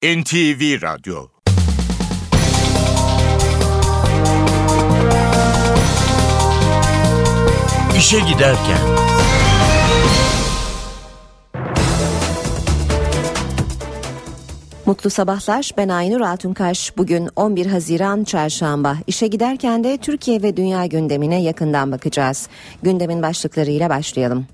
NTV Radyo. İşe giderken. Mutlu sabahlar, ben Aynur Altunkaş. Bugün 11 Haziran Çarşamba. İşe giderken de Türkiye ve dünya gündemine yakından bakacağız. Gündemin başlıklarıyla başlayalım.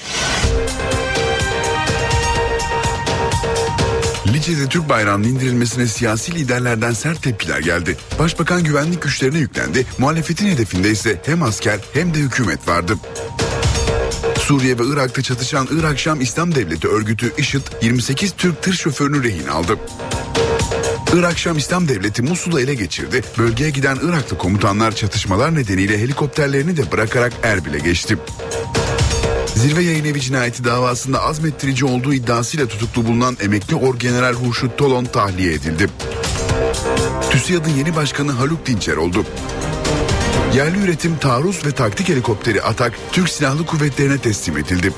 Lice'de Türk bayrağının indirilmesine siyasi liderlerden sert tepkiler geldi. Başbakan güvenlik güçlerine yüklendi. Muhalefetin hedefinde ise hem asker hem de hükümet vardı. Suriye ve Irak'ta çatışan Irak Şam İslam Devleti örgütü IŞİD 28 Türk tır şoförünü rehin aldı. Irak Şam İslam Devleti Musul'u ele geçirdi. Bölgeye giden Iraklı komutanlar çatışmalar nedeniyle helikopterlerini de bırakarak Erbil'e geçti. Zirve Yayınevi cinayeti davasında azmettirici olduğu iddiasıyla tutuklu bulunan emekli Orgeneral Hurşit Tolon tahliye edildi. TÜSİAD'ın yeni başkanı Haluk Dinçer oldu. Yerli üretim taarruz ve taktik helikopteri Atak Türk Silahlı Kuvvetleri'ne teslim edildi.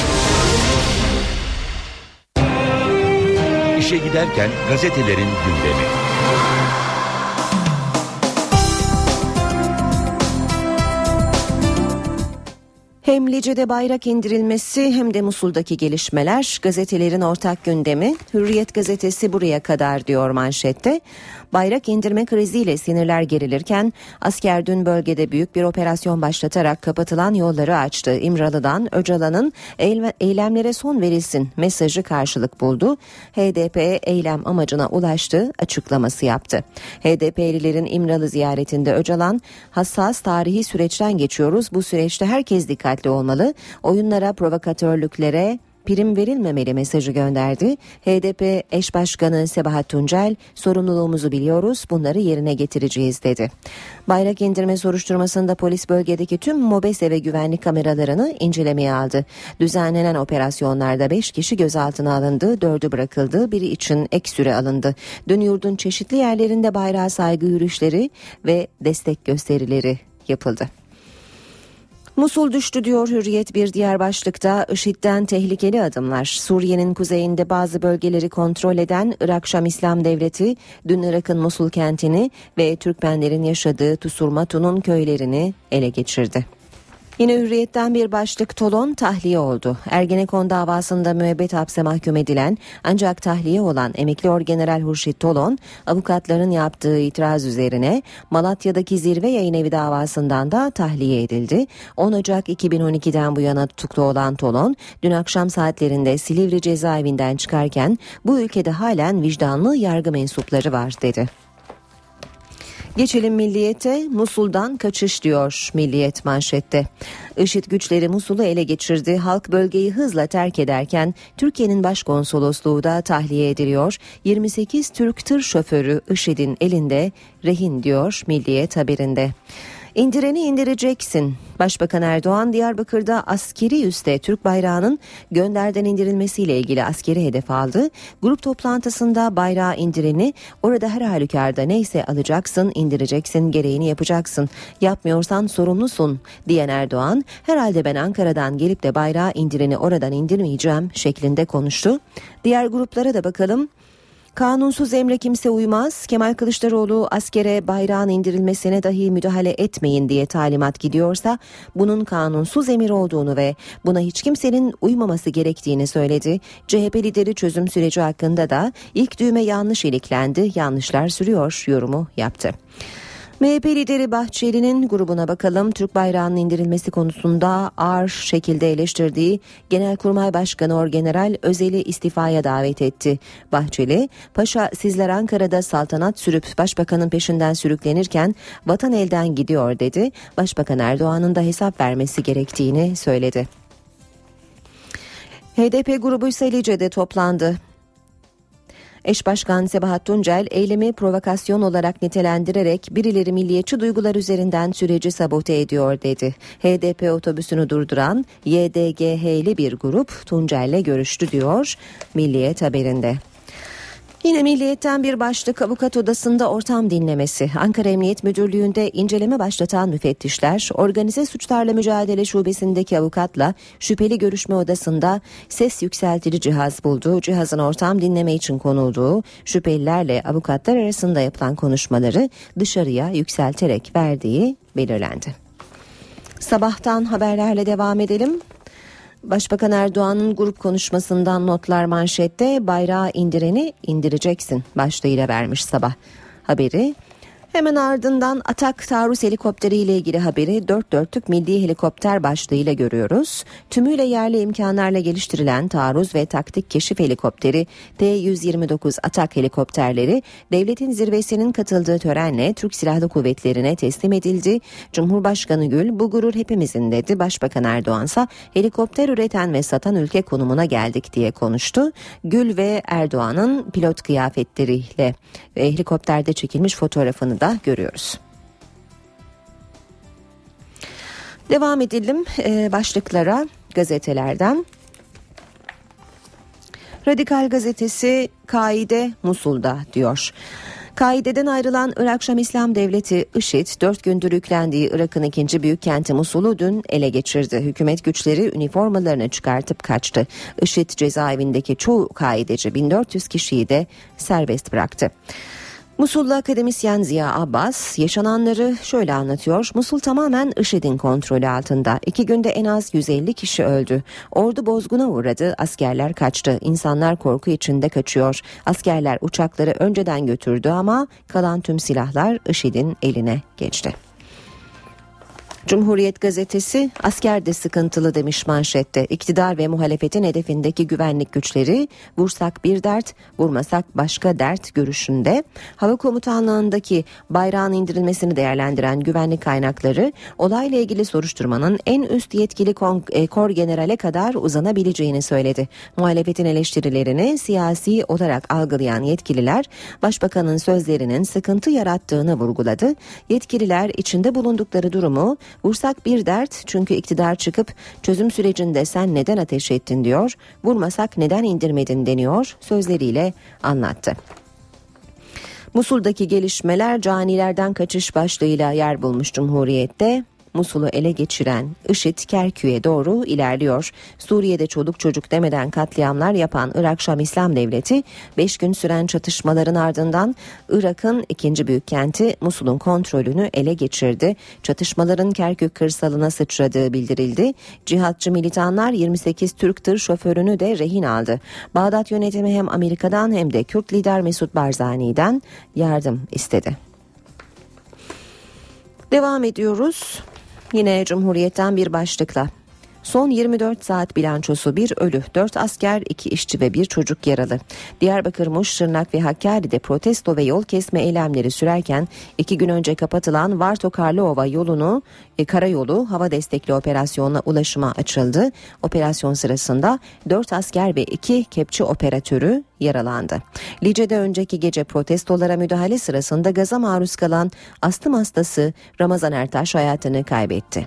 İşe giderken gazetelerin gündemi. Hem Lice'de bayrak indirilmesi hem de Musul'daki gelişmeler gazetelerin ortak gündemi. Hürriyet gazetesi buraya kadar diyor manşette. Bayrak indirme kriziyle sinirler gerilirken asker dün bölgede büyük bir operasyon başlatarak kapatılan yolları açtı. İmralı'dan Öcalan'ın eylemlere son verilsin mesajı karşılık buldu. HDP eylem amacına ulaştı açıklaması yaptı. HDP'lilerin İmralı ziyaretinde Öcalan, hassas tarihi süreçten geçiyoruz. Bu süreçte herkes dikkatli olmalı. Oyunlara, provokatörlüklere prim verilmemeli mesajı gönderdi. HDP eş başkanı Sebahat Tuncel, sorumluluğumuzu biliyoruz, bunları yerine getireceğiz dedi. Bayrak indirme soruşturmasında polis bölgedeki tüm MOBESE ve güvenlik kameralarını incelemeye aldı. Düzenlenen operasyonlarda 5 kişi gözaltına alındı, 4'ü bırakıldı, biri için ek süre alındı. Dün yurdun çeşitli yerlerinde bayrağa saygı yürüyüşleri ve destek gösterileri yapıldı. Musul düştü diyor Hürriyet bir diğer başlıkta. IŞİD'den tehlikeli adımlar. Suriye'nin kuzeyinde bazı bölgeleri kontrol eden Irak Şam İslam Devleti dün Irak'ın Musul kentini ve Türkmenlerin yaşadığı Tusurmatu'nun köylerini ele geçirdi. Yine Hürriyet'ten bir başlık, Tolon tahliye oldu. Ergenekon davasında müebbet hapse mahkum edilen ancak tahliye olan emekli Orgeneral Hurşit Tolon, avukatların yaptığı itiraz üzerine Malatya'daki Zirve Yayınevi davasından da tahliye edildi. 10 Ocak 2012'den bu yana tutuklu olan Tolon, dün akşam saatlerinde Silivri cezaevinden çıkarken bu ülkede halen vicdanlı yargı mensupları var dedi. Geçelim Milliyet'e. Musul'dan kaçış diyor Milliyet manşette. IŞİD güçleri Musul'u ele geçirdi. Halk bölgeyi hızla terk ederken Türkiye'nin başkonsolosluğu da tahliye ediliyor. 28 Türk tır şoförü IŞİD'in elinde rehin diyor Milliyet haberinde. İndireni indireceksin. Başbakan Erdoğan Diyarbakır'da askeri üste Türk bayrağının gönderden indirilmesiyle ilgili askeri hedef aldı. Grup toplantısında bayrağı indireni orada her halükarda neyse alacaksın, indireceksin, gereğini yapacaksın. Yapmıyorsan sorumlusun diyen Erdoğan, herhalde ben Ankara'dan gelip de bayrağı indireni oradan indirmeyeceğim şeklinde konuştu. Diğer gruplara da bakalım. Kanunsuz emre kimse uymaz. Kemal Kılıçdaroğlu askere bayrağın indirilmesine dahi müdahale etmeyin diye talimat gidiyorsa bunun kanunsuz emir olduğunu ve buna hiç kimsenin uymaması gerektiğini söyledi. CHP lideri çözüm süreci hakkında da ilk düğme yanlış iliklendi, yanlışlar sürüyor yorumu yaptı. MHP lideri Bahçeli'nin grubuna bakalım. Türk bayrağının indirilmesi konusunda ağır şekilde eleştirdiği Genelkurmay Başkanı Orgeneral Özel'i istifaya davet etti. Bahçeli, "Paşa sizler Ankara'da saltanat sürüp başbakanın peşinden sürüklenirken vatan elden gidiyor" dedi. Başbakan Erdoğan'ın da hesap vermesi gerektiğini söyledi. HDP grubu ise Lice'de toplandı. Eş Başkan Sebahat Tuncel eylemi provokasyon olarak nitelendirerek birileri milliyetçi duygular üzerinden süreci sabote ediyor dedi. HDP otobüsünü durduran YDGH'li bir grup Tuncel'le görüştü diyor Milliyet haberinde. Yine Milliyet'ten bir başlık, avukat odasında ortam dinlemesi. Ankara Emniyet Müdürlüğü'nde inceleme başlatan müfettişler, Organize Suçlarla Mücadele Şubesi'ndeki avukatla şüpheli görüşme odasında ses yükseltici cihaz buldu. Cihazın ortam dinleme için konulduğu, şüphelilerle avukatlar arasında yapılan konuşmaları dışarıya yükselterek verdiği belirlendi. Sabahtan haberlerle devam edelim. Başbakan Erdoğan'ın grup konuşmasından notlar manşette. Bayrağı indireni indireceksin başlığıyla vermiş Sabah haberi. Hemen ardından Atak taarruz helikopteriyle ilgili haberi 4 dörtlük milli helikopter başlığıyla görüyoruz. Tümüyle yerli imkanlarla geliştirilen taarruz ve taktik keşif helikopteri T-129 Atak helikopterleri devletin zirvesinin katıldığı törenle Türk Silahlı Kuvvetleri'ne teslim edildi. Cumhurbaşkanı Gül, bu gurur hepimizin dedi. Başbakan Erdoğan ise helikopter üreten ve satan ülke konumuna geldik diye konuştu. Gül ve Erdoğan'ın pilot kıyafetleriyle ve helikopterde çekilmiş fotoğrafını da görüyoruz. Devam edelim başlıklara gazetelerden. Radikal gazetesi Kaide Musul'da diyor. Kaide'den ayrılan Irak Şam İslam Devleti IŞİD 4 gündür yüklendiği Irak'ın ikinci büyük kenti Musul'u dün ele geçirdi. Hükümet güçleri üniformalarını çıkartıp kaçtı. IŞİD cezaevindeki çoğu kaideci 1400 kişiyi de serbest bıraktı. Musul'lu akademisyen Ziya Abbas yaşananları şöyle anlatıyor. Musul tamamen IŞİD'in kontrolü altında. 2 günde en az 150 kişi öldü. Ordu bozguna uğradı. Askerler kaçtı. İnsanlar korku içinde kaçıyor. Askerler uçakları önceden götürdü ama kalan tüm silahlar IŞİD'in eline geçti. Cumhuriyet gazetesi asker de sıkıntılı demiş manşette. İktidar ve muhalefetin hedefindeki güvenlik güçleri vursak bir dert, vurmasak başka dert görüşünde. Hava Komutanlığı'ndaki bayrağın indirilmesini değerlendiren güvenlik kaynakları olayla ilgili soruşturmanın en üst yetkili kor generale kadar uzanabileceğini söyledi. Muhalefetin eleştirilerini siyasi olarak algılayan yetkililer Başbakanın sözlerinin sıkıntı yarattığını vurguladı. Yetkililer içinde bulundukları durumu vursak bir dert çünkü iktidar çıkıp çözüm sürecinde sen neden ateş ettin diyor, vurmasak neden indirmedin deniyor sözleriyle anlattı. Musul'daki gelişmeler canilerden kaçış başlığıyla yer bulmuş Cumhuriyet'te. Musul'u ele geçiren IŞİD Kerkük'e doğru ilerliyor. Suriye'de çoluk çocuk demeden katliamlar yapan Irak Şam İslam Devleti 5 gün süren çatışmaların ardından Irak'ın ikinci büyük kenti Musul'un kontrolünü ele geçirdi. Çatışmaların Kerkük kırsalına sıçradığı bildirildi. Cihatçı militanlar 28 Türk tır şoförünü de rehin aldı. Bağdat yönetimi hem Amerika'dan hem de Kürt lider Mesut Barzani'den yardım istedi. Devam ediyoruz. Yine Cumhuriyet'ten bir başlıkla. Son 24 saat bilançosu: 1 ölü, 4 asker, 2 işçi ve 1 çocuk yaralı. Diyarbakır, Muş, Şırnak ve Hakkari'de protesto ve yol kesme eylemleri sürerken 2 gün önce kapatılan Varto-Karlıova karayolu hava destekli operasyonla ulaşıma açıldı. Operasyon sırasında 4 asker ve 2 kepçe operatörü yaralandı. Lice'de önceki gece protestolara müdahale sırasında gaza maruz kalan astım hastası Ramazan Ertaş hayatını kaybetti.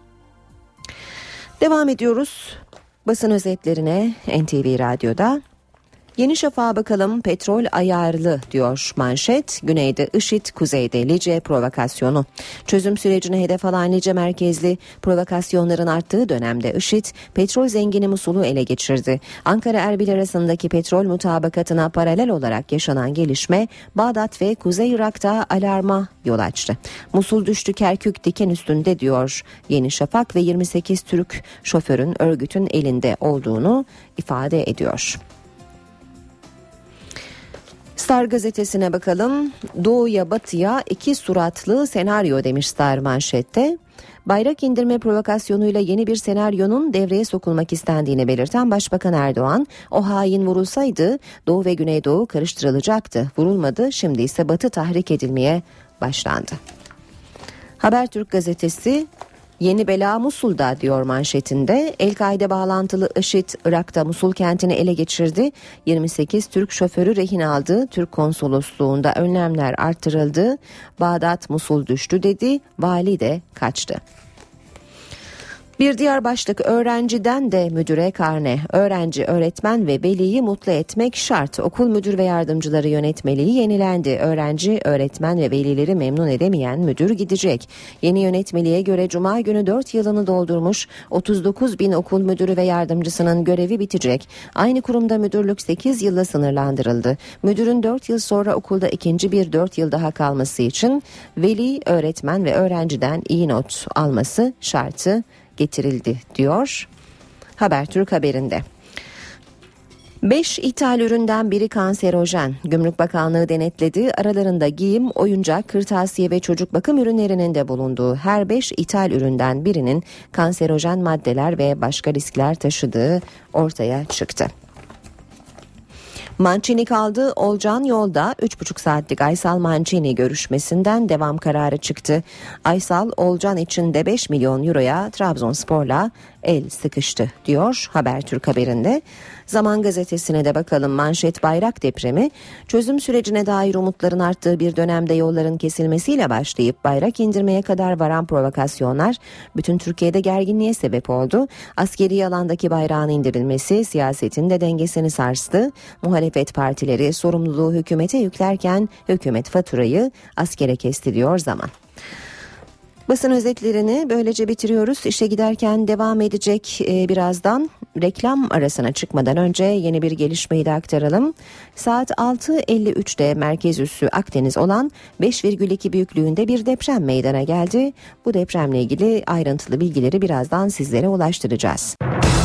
Devam ediyoruz basın özetlerine NTV Radyo'da. Yeni Şafak'a bakalım. Petrol ayarlı diyor manşet. Güneyde IŞİD, kuzeyde Lice provokasyonu. Çözüm sürecine hedef alan Lice merkezli provokasyonların arttığı dönemde IŞİD petrol zengini Musul'u ele geçirdi. Ankara-Erbil arasındaki petrol mutabakatına paralel olarak yaşanan gelişme Bağdat ve Kuzey Irak'ta alarma yol açtı. Musul düştü, Kerkük diken üstünde diyor Yeni Şafak ve 28 Türk şoförün örgütün elinde olduğunu ifade ediyor. Star gazetesine bakalım. Doğuya batıya 2 suratlı senaryo demiş Star manşette. Bayrak indirme provokasyonuyla yeni bir senaryonun devreye sokulmak istendiğini belirten Başbakan Erdoğan, o hain vurulsaydı Doğu ve Güneydoğu karıştırılacaktı. Vurulmadı, şimdi ise Batı tahrik edilmeye başlandı. Habertürk gazetesi yeni bela Musul'da diyor manşetinde. El-Kaide bağlantılı IŞİD Irak'ta Musul kentini ele geçirdi. 28 Türk şoförü rehin aldı. Türk konsolosluğunda önlemler artırıldı. Bağdat Musul düştü dedi. Vali de kaçtı. Bir diğer başlık öğrenciden de müdüre karne. Öğrenci, öğretmen ve veliyi mutlu etmek şart. Okul müdür ve yardımcıları yönetmeliği yenilendi. Öğrenci, öğretmen ve velileri memnun edemeyen müdür gidecek. Yeni yönetmeliğe göre Cuma günü 4 yılını doldurmuş 39 bin okul müdürü ve yardımcısının görevi bitecek. Aynı kurumda müdürlük 8 yılla sınırlandırıldı. Müdürün 4 yıl sonra okulda ikinci bir 4 yıl daha kalması için veli, öğretmen ve öğrenciden iyi not alması şartı getirildi diyor Habertürk haberinde. 5 ithal üründen biri kanserojen. Gümrük Bakanlığı denetledi. Aralarında giyim, oyuncak, kırtasiye ve çocuk bakım ürünlerinin de bulunduğu her 5 ithal üründen birinin kanserojen maddeler ve başka riskler taşıdığı ortaya çıktı. Mancini kaldı, Olcan yolda. 3,5 saatlik Aysal Mancini görüşmesinden devam kararı çıktı. Aysal, Olcan için de 5 milyon euroya Trabzonspor'la el sıkıştı diyor Habertürk haberinde. Zaman Gazetesi'ne de bakalım. Manşet bayrak depremi çözüm sürecine dair umutların arttığı bir dönemde yolların kesilmesiyle başlayıp bayrak indirmeye kadar varan provokasyonlar bütün Türkiye'de gerginliğe sebep oldu. Askeri alandaki bayrağın indirilmesi siyasetin de dengesini sarstı. Muhalefet partileri sorumluluğu hükümete yüklerken hükümet faturayı askere kesti diyor Zaman. Basın özetlerini böylece bitiriyoruz. İşe giderken devam edecek birazdan. Reklam arasına çıkmadan önce yeni bir gelişmeyi de aktaralım. Saat 6.53'te merkez üssü Akdeniz olan 5,2 büyüklüğünde bir deprem meydana geldi. Bu depremle ilgili ayrıntılı bilgileri birazdan sizlere ulaştıracağız.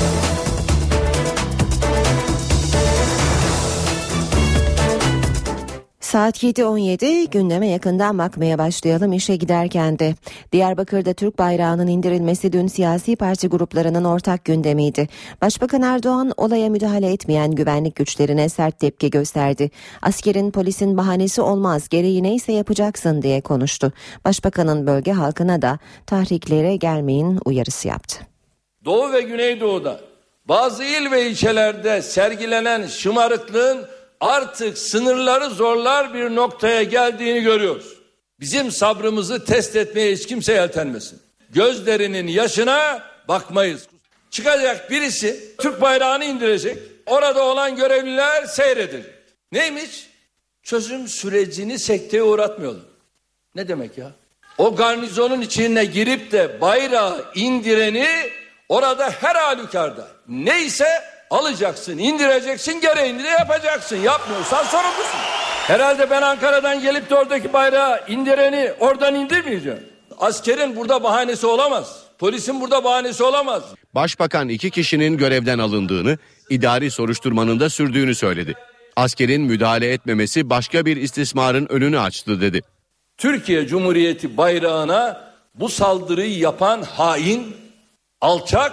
Saat 7.17, gündeme yakından bakmaya başlayalım işe giderken de. Diyarbakır'da Türk bayrağının indirilmesi dün siyasi parti gruplarının ortak gündemiydi. Başbakan Erdoğan olaya müdahale etmeyen güvenlik güçlerine sert tepki gösterdi. Askerin, polisin bahanesi olmaz, gereği neyse yapacaksın diye konuştu. Başbakanın bölge halkına da tahriklere gelmeyin uyarısı yaptı. Doğu ve Güneydoğu'da bazı il ve ilçelerde sergilenen şımarıklığın artık sınırları zorlar bir noktaya geldiğini görüyoruz. Bizim sabrımızı test etmeye hiç kimse yeltenmesin. Gözlerinin yaşına bakmayız. Çıkacak birisi Türk bayrağını indirecek. Orada olan görevliler seyredecek. Neymiş? Çözüm sürecini sekteye uğratmayalım. Ne demek ya? O garnizonun içine girip de bayrağı indireni orada her halükarda neyse alacaksın, indireceksin, gereğini de yapacaksın. Yapmıyorsan sorumlusun. Herhalde ben Ankara'dan gelip de oradaki bayrağı indireni oradan indirmeyeceğim. Askerin burada bahanesi olamaz. Polisin burada bahanesi olamaz. Başbakan 2 kişinin görevden alındığını, idari soruşturmanın da sürdüğünü söyledi. Askerin müdahale etmemesi başka bir istismarın önünü açtı dedi. Türkiye Cumhuriyeti bayrağına bu saldırıyı yapan hain, alçak,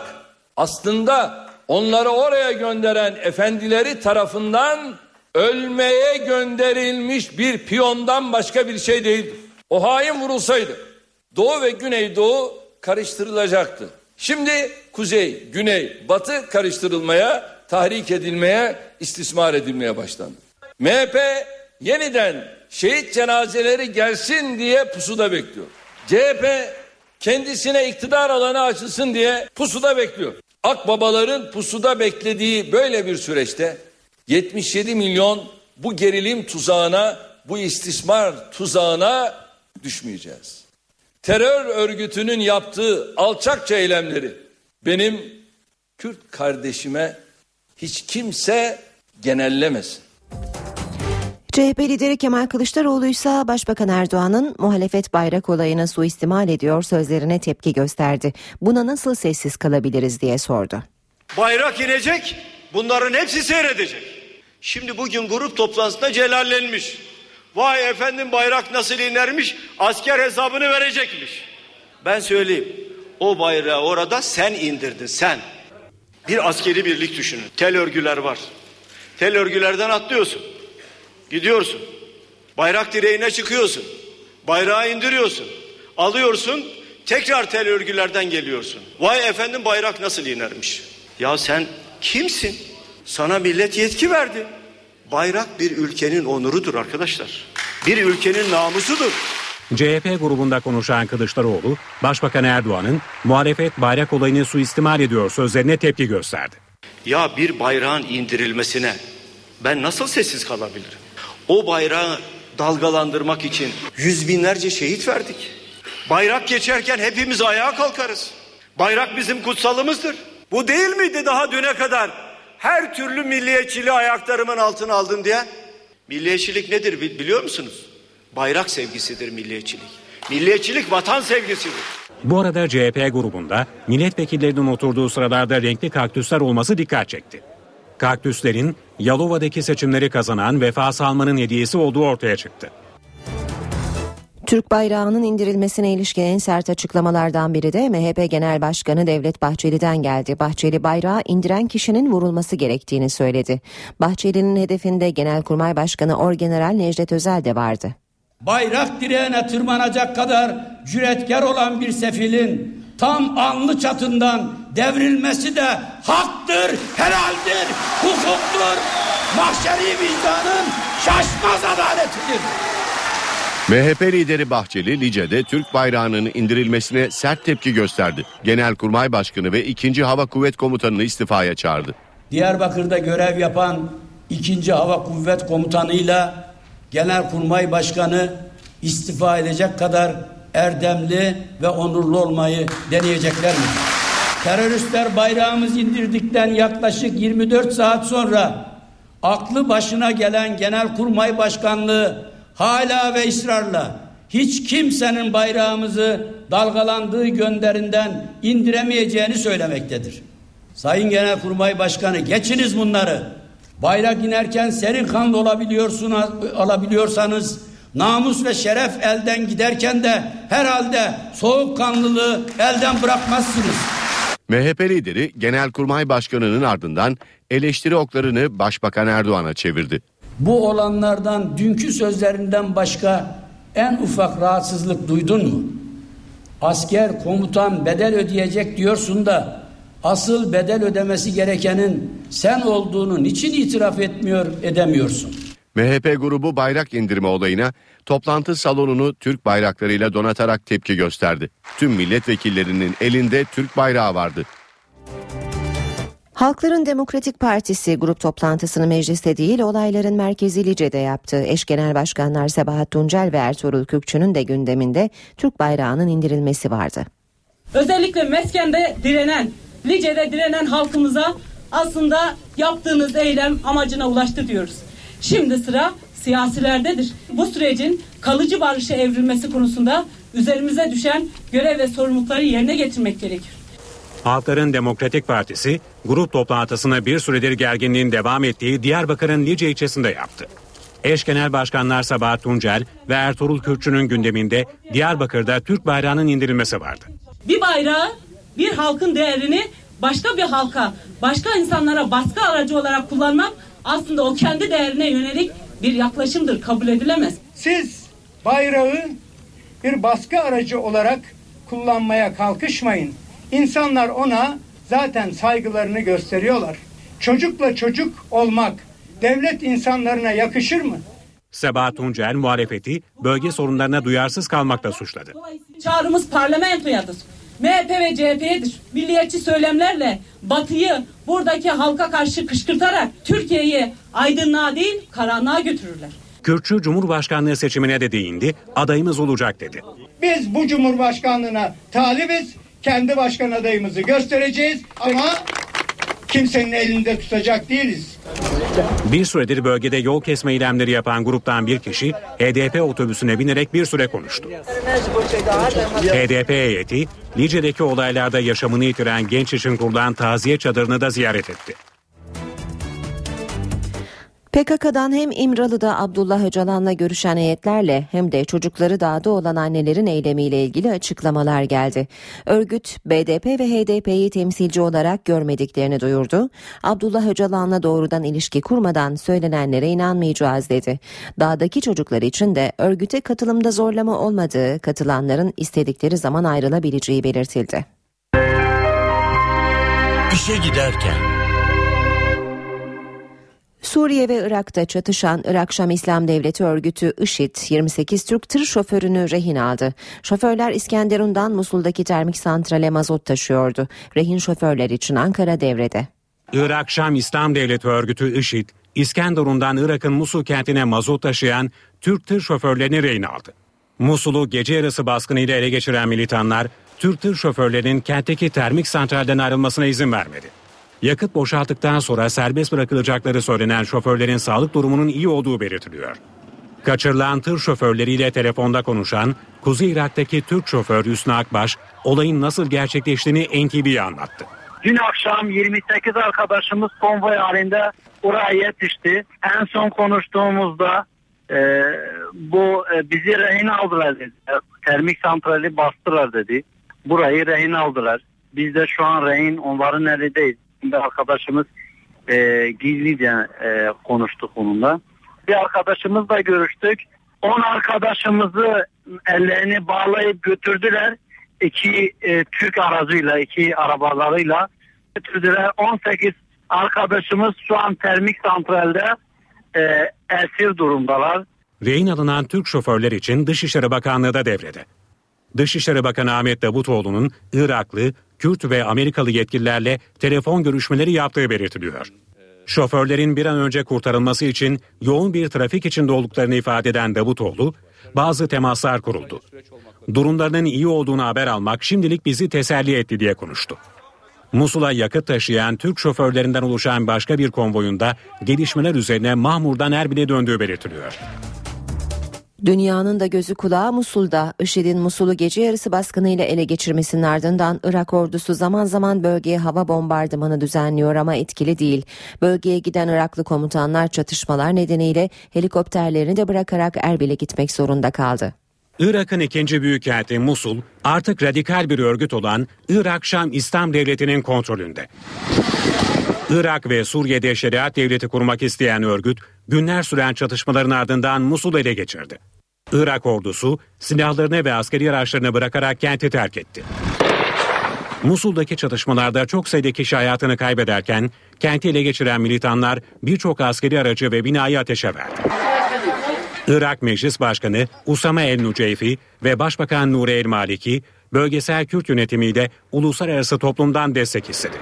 aslında onları oraya gönderen efendileri tarafından ölmeye gönderilmiş bir piyondan başka bir şey değildir. O hain vurulsaydı Doğu ve Güneydoğu karıştırılacaktı. Şimdi Kuzey, Güney, Batı karıştırılmaya, tahrik edilmeye, istismar edilmeye başlandı. MHP yeniden şehit cenazeleri gelsin diye pusuda bekliyor. CHP kendisine iktidar alanı açılsın diye pusuda bekliyor. Akbabaların pusuda beklediği böyle bir süreçte 77 milyon bu gerilim tuzağına, bu istismar tuzağına düşmeyeceğiz. Terör örgütünün yaptığı alçakça eylemleri benim Kürt kardeşime hiç kimse genellemesin. CHP lideri Kemal Kılıçdaroğlu ise Başbakan Erdoğan'ın muhalefet bayrak olayına suistimal ediyor sözlerine tepki gösterdi. Buna nasıl sessiz kalabiliriz diye sordu. Bayrak inecek, bunların hepsi seyredecek. Şimdi bugün grup toplantısında celallenmiş. Vay efendim bayrak nasıl inermiş, asker hesabını verecekmiş. Ben söyleyeyim, o bayrağı orada sen indirdin, sen. Bir askeri birlik düşünün, tel örgüler var. Tel örgülerden atlıyorsun. Gidiyorsun, bayrak direğine çıkıyorsun, bayrağı indiriyorsun, alıyorsun, tekrar tel örgülerden geliyorsun. Vay efendim bayrak nasıl inermiş. Ya sen kimsin? Sana millet yetki verdi. Bayrak bir ülkenin onurudur arkadaşlar. Bir ülkenin namusudur. CHP grubunda konuşan Kılıçdaroğlu, Başbakan Erdoğan'ın muhalefet bayrak olayını suistimal ediyor sözlerine tepki gösterdi. Ya bir bayrağın indirilmesine ben nasıl sessiz kalabilirim? O bayrağı dalgalandırmak için yüz binlerce şehit verdik. Bayrak geçerken hepimiz ayağa kalkarız. Bayrak bizim kutsalımızdır. Bu değil miydi daha düne kadar her türlü milliyetçiliği ayaklarımın altına aldım diye? Milliyetçilik nedir biliyor musunuz? Bayrak sevgisidir milliyetçilik. Milliyetçilik vatan sevgisidir. Bu arada CHP grubunda milletvekillerinin oturduğu sıralarda renkli kaktüsler olması dikkat çekti. Kaktüslerin Yalova'daki seçimleri kazanan Vefa Salman'ın hediyesi olduğu ortaya çıktı. Türk bayrağının indirilmesine ilişkin en sert açıklamalardan biri de MHP Genel Başkanı Devlet Bahçeli'den geldi. Bahçeli bayrağı indiren kişinin vurulması gerektiğini söyledi. Bahçeli'nin hedefinde Genelkurmay Başkanı Orgeneral Necdet Özel de vardı. Bayrak direğine tırmanacak kadar cüretkar olan bir sefilin tam alnı çatından devrilmesi de haktır, helaldir, hukuktur, mahşeri vicdanın şaşmaz adaletidir. MHP lideri Bahçeli, Lice'de Türk bayrağının indirilmesine sert tepki gösterdi. Genelkurmay Başkanı ve 2. Hava Kuvvet Komutanı'nı istifaya çağırdı. Diyarbakır'da görev yapan 2. Hava Kuvvet Komutanı'yla Genelkurmay Başkanı istifa edecek kadar erdemli ve onurlu olmayı deneyecekler mi? Teröristler bayrağımızı indirdikten yaklaşık 24 saat sonra aklı başına gelen Genelkurmay Başkanlığı hala ve ısrarla hiç kimsenin bayrağımızı dalgalandığı gönderinden indiremeyeceğini söylemektedir. Sayın Genelkurmay Başkanı, geçiniz bunları. Bayrak inerken serin kanlı olabiliyorsanız namus ve şeref elden giderken de herhalde soğukkanlılığı elden bırakmazsınız. MHP lideri Genelkurmay Başkanı'nın ardından eleştiri oklarını Başbakan Erdoğan'a çevirdi. Bu olanlardan dünkü sözlerinden başka en ufak rahatsızlık duydun mu? Asker, komutan bedel ödeyecek diyorsun da asıl bedel ödemesi gerekenin sen olduğunu niçin itiraf edemiyorsun? MHP grubu bayrak indirme olayına toplantı salonunu Türk bayraklarıyla donatarak tepki gösterdi. Tüm milletvekillerinin elinde Türk bayrağı vardı. Halkların Demokratik Partisi grup toplantısını mecliste değil olayların merkezi Lice'de yaptı. Eş Genel Başkanlar Sabahat Tuncel ve Ertuğrul Kürkçü'nün de gündeminde Türk bayrağının indirilmesi vardı. Özellikle meskende direnen, Lice'de direnen halkımıza aslında yaptığınız eylem amacına ulaştı diyoruz. Şimdi sıra siyasilerdedir. Bu sürecin kalıcı barışa evrilmesi konusunda üzerimize düşen görev ve sorumlulukları yerine getirmek gerekir. Halkların Demokratik Partisi grup toplantısını bir süredir gerginliğin devam ettiği Diyarbakır'ın Lice ilçesinde yaptı. Eş Genel Başkanlar Sabahat Tuncel ve Ertuğrul Kürkçü'nün gündeminde Diyarbakır'da Türk bayrağının indirilmesi vardı. Bir bayrağı, bir halkın değerini başka bir halka, başka insanlara baskı aracı olarak kullanmak aslında o kendi değerine yönelik bir yaklaşımdır, kabul edilemez. Siz bayrağı bir baskı aracı olarak kullanmaya kalkışmayın. İnsanlar ona zaten saygılarını gösteriyorlar. Çocukla çocuk olmak devlet insanlarına yakışır mı? Sabahat Tuncel muhalefeti bölge sorunlarına duyarsız kalmakla suçladı. Çağrımız parlamentoyadır. MHP ve CHP'yedir. Milliyetçi söylemlerle Batı'yı buradaki halka karşı kışkırtarak Türkiye'yi aydınlığa değil karanlığa götürürler. Kürkçü Cumhurbaşkanlığı seçimine de değindi, adayımız olacak dedi. Biz bu Cumhurbaşkanlığına talibiz, kendi başkan adayımızı göstereceğiz ama kimsenin elinde tutacak değiliz. Bir süredir bölgede yol kesme eylemleri yapan gruptan bir kişi HDP otobüsüne binerek bir süre konuştu. HDP heyeti Lice'deki olaylarda yaşamını yitiren genç için kurulan taziye çadırını da ziyaret etti. PKK'dan hem İmralı'da Abdullah Öcalan'la görüşen heyetlerle hem de çocukları dağda olan annelerin eylemiyle ilgili açıklamalar geldi. Örgüt, BDP ve HDP'yi temsilci olarak görmediklerini duyurdu. Abdullah Öcalan'la doğrudan ilişki kurmadan söylenenlere inanmayacağız dedi. Dağdaki çocuklar için de örgüte katılımda zorlama olmadığı, katılanların istedikleri zaman ayrılabileceği belirtildi. İşe giderken Suriye ve Irak'ta çatışan Irak Şam İslam Devleti örgütü IŞİD 28 Türk tır şoförünü rehin aldı. Şoförler İskenderun'dan Musul'daki termik santrale mazot taşıyordu. Rehin şoförler için Ankara devrede. Irak Şam İslam Devleti örgütü IŞİD, İskenderun'dan Irak'ın Musul kentine mazot taşıyan Türk tır şoförlerini rehin aldı. Musul'u gece yarısı baskınıyla ele geçiren militanlar, Türk tır şoförlerinin kentteki termik santralden ayrılmasına izin vermedi. Yakıt boşalttıktan sonra serbest bırakılacakları söylenen şoförlerin sağlık durumunun iyi olduğu belirtiliyor. Kaçırılan tır şoförleriyle telefonda konuşan Kuzey Irak'taki Türk şoför Hüsnü Akbaş olayın nasıl gerçekleştiğini NTV'ye anlattı. Dün akşam 28 arkadaşımız konvoy halinde oraya yetişti. En son konuştuğumuzda bizi rehin aldılar dedi. Termik santrali bastılar dedi. Burayı rehin aldılar. Biz de şu an rehin onların elindeyiz. Şimdi arkadaşımız gizlice konuştuk onunla. Bir arkadaşımızla görüştük. 10 arkadaşımızı ellerini bağlayıp götürdüler. 2 Türk aracıyla, 2 arabalarıyla götürdüler. 18 arkadaşımız şu an termik santralde esir durumdalar. Rehin alınan Türk şoförler için Dışişleri Bakanlığı da devrede. Dışişleri Bakanı Ahmet Davutoğlu'nun Iraklı, Kürt ve Amerikalı yetkililerle telefon görüşmeleri yaptığı belirtiliyor. Şoförlerin bir an önce kurtarılması için yoğun bir trafik içinde olduklarını ifade eden Davutoğlu, bazı temaslar kuruldu. Durumlarının iyi olduğunu haber almak şimdilik bizi teselli etti diye konuştu. Musul'a yakıt taşıyan Türk şoförlerinden oluşan başka bir konvoyunda gelişmeler üzerine Mahmur'dan Erbil'e döndüğü belirtiliyor. Dünyanın da gözü kulağı Musul'da. IŞİD'in Musul'u gece yarısı baskınıyla ele geçirmesinin ardından Irak ordusu zaman zaman bölgeye hava bombardımanı düzenliyor ama etkili değil. Bölgeye giden Iraklı komutanlar çatışmalar nedeniyle helikopterlerini de bırakarak Erbil'e gitmek zorunda kaldı. Irak'ın ikinci büyükkenti Musul artık radikal bir örgüt olan Irak Şam İslam Devleti'nin kontrolünde. Irak ve Suriye'de şeriat devleti kurmak isteyen örgüt günler süren çatışmaların ardından Musul'u ele geçirdi. Irak ordusu silahlarını ve askeri araçlarını bırakarak kenti terk etti. Musul'daki çatışmalarda çok sayıda kişi hayatını kaybederken kenti ele geçiren militanlar birçok askeri aracı ve binayı ateşe verdi. Irak Meclis Başkanı Usame El-Nuceyfi ve Başbakan Nuri El-Maliki bölgesel Kürt yönetimiyle uluslararası toplumdan destek istedi.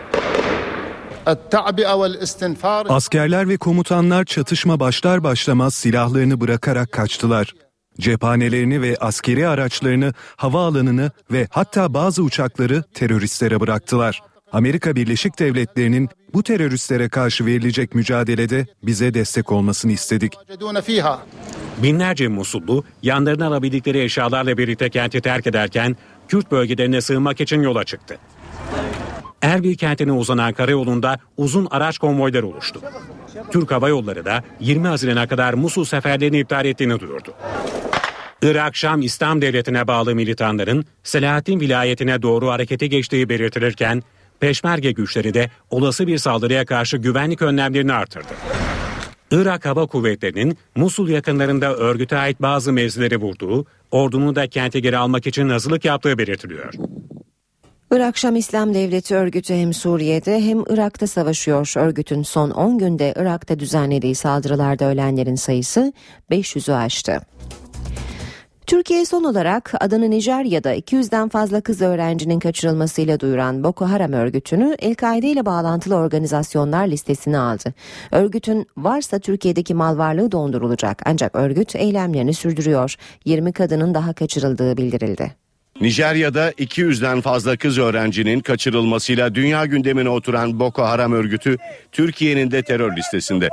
Askerler ve komutanlar çatışma başlar başlamaz silahlarını bırakarak kaçtılar. Cephanelerini ve askeri araçlarını, havaalanını ve hatta bazı uçakları teröristlere bıraktılar. Amerika Birleşik Devletleri'nin bu teröristlere karşı verilecek mücadelede bize destek olmasını istedik. Binlerce Musullu yanlarına alabildikleri eşyalarla birlikte kenti terk ederken Kürt bölgelerine sığınmak için yola çıktı. Erbil kentine uzanan karayolunda uzun araç konvoyları oluştu. Türk Hava Yolları da 20 Haziran'a kadar Musul seferlerini iptal ettiğini duyurdu. Irak Şam İslam Devleti'ne bağlı militanların Selahattin vilayetine doğru harekete geçtiği belirtilirken Peşmerge güçleri de olası bir saldırıya karşı güvenlik önlemlerini artırdı. Irak Hava Kuvvetleri'nin Musul yakınlarında örgüte ait bazı mevzileri vurduğu, ordunun da kente geri almak için hazırlık yaptığı belirtiliyor. Irak Şam İslam Devleti örgütü hem Suriye'de hem Irak'ta savaşıyor. Örgütün son 10 günde Irak'ta düzenlediği saldırılarda ölenlerin sayısı 500'ü aştı. Türkiye son olarak adını Nijerya'da 200'den fazla kız öğrencinin kaçırılmasıyla duyuran Boko Haram örgütünü El-Kaide ile bağlantılı organizasyonlar listesine aldı. Örgütün varsa Türkiye'deki mal varlığı dondurulacak ancak örgüt eylemlerini sürdürüyor. 20 kadının daha kaçırıldığı bildirildi. Nijerya'da 200'den fazla kız öğrencinin kaçırılmasıyla dünya gündemine oturan Boko Haram örgütü Türkiye'nin de terör listesinde.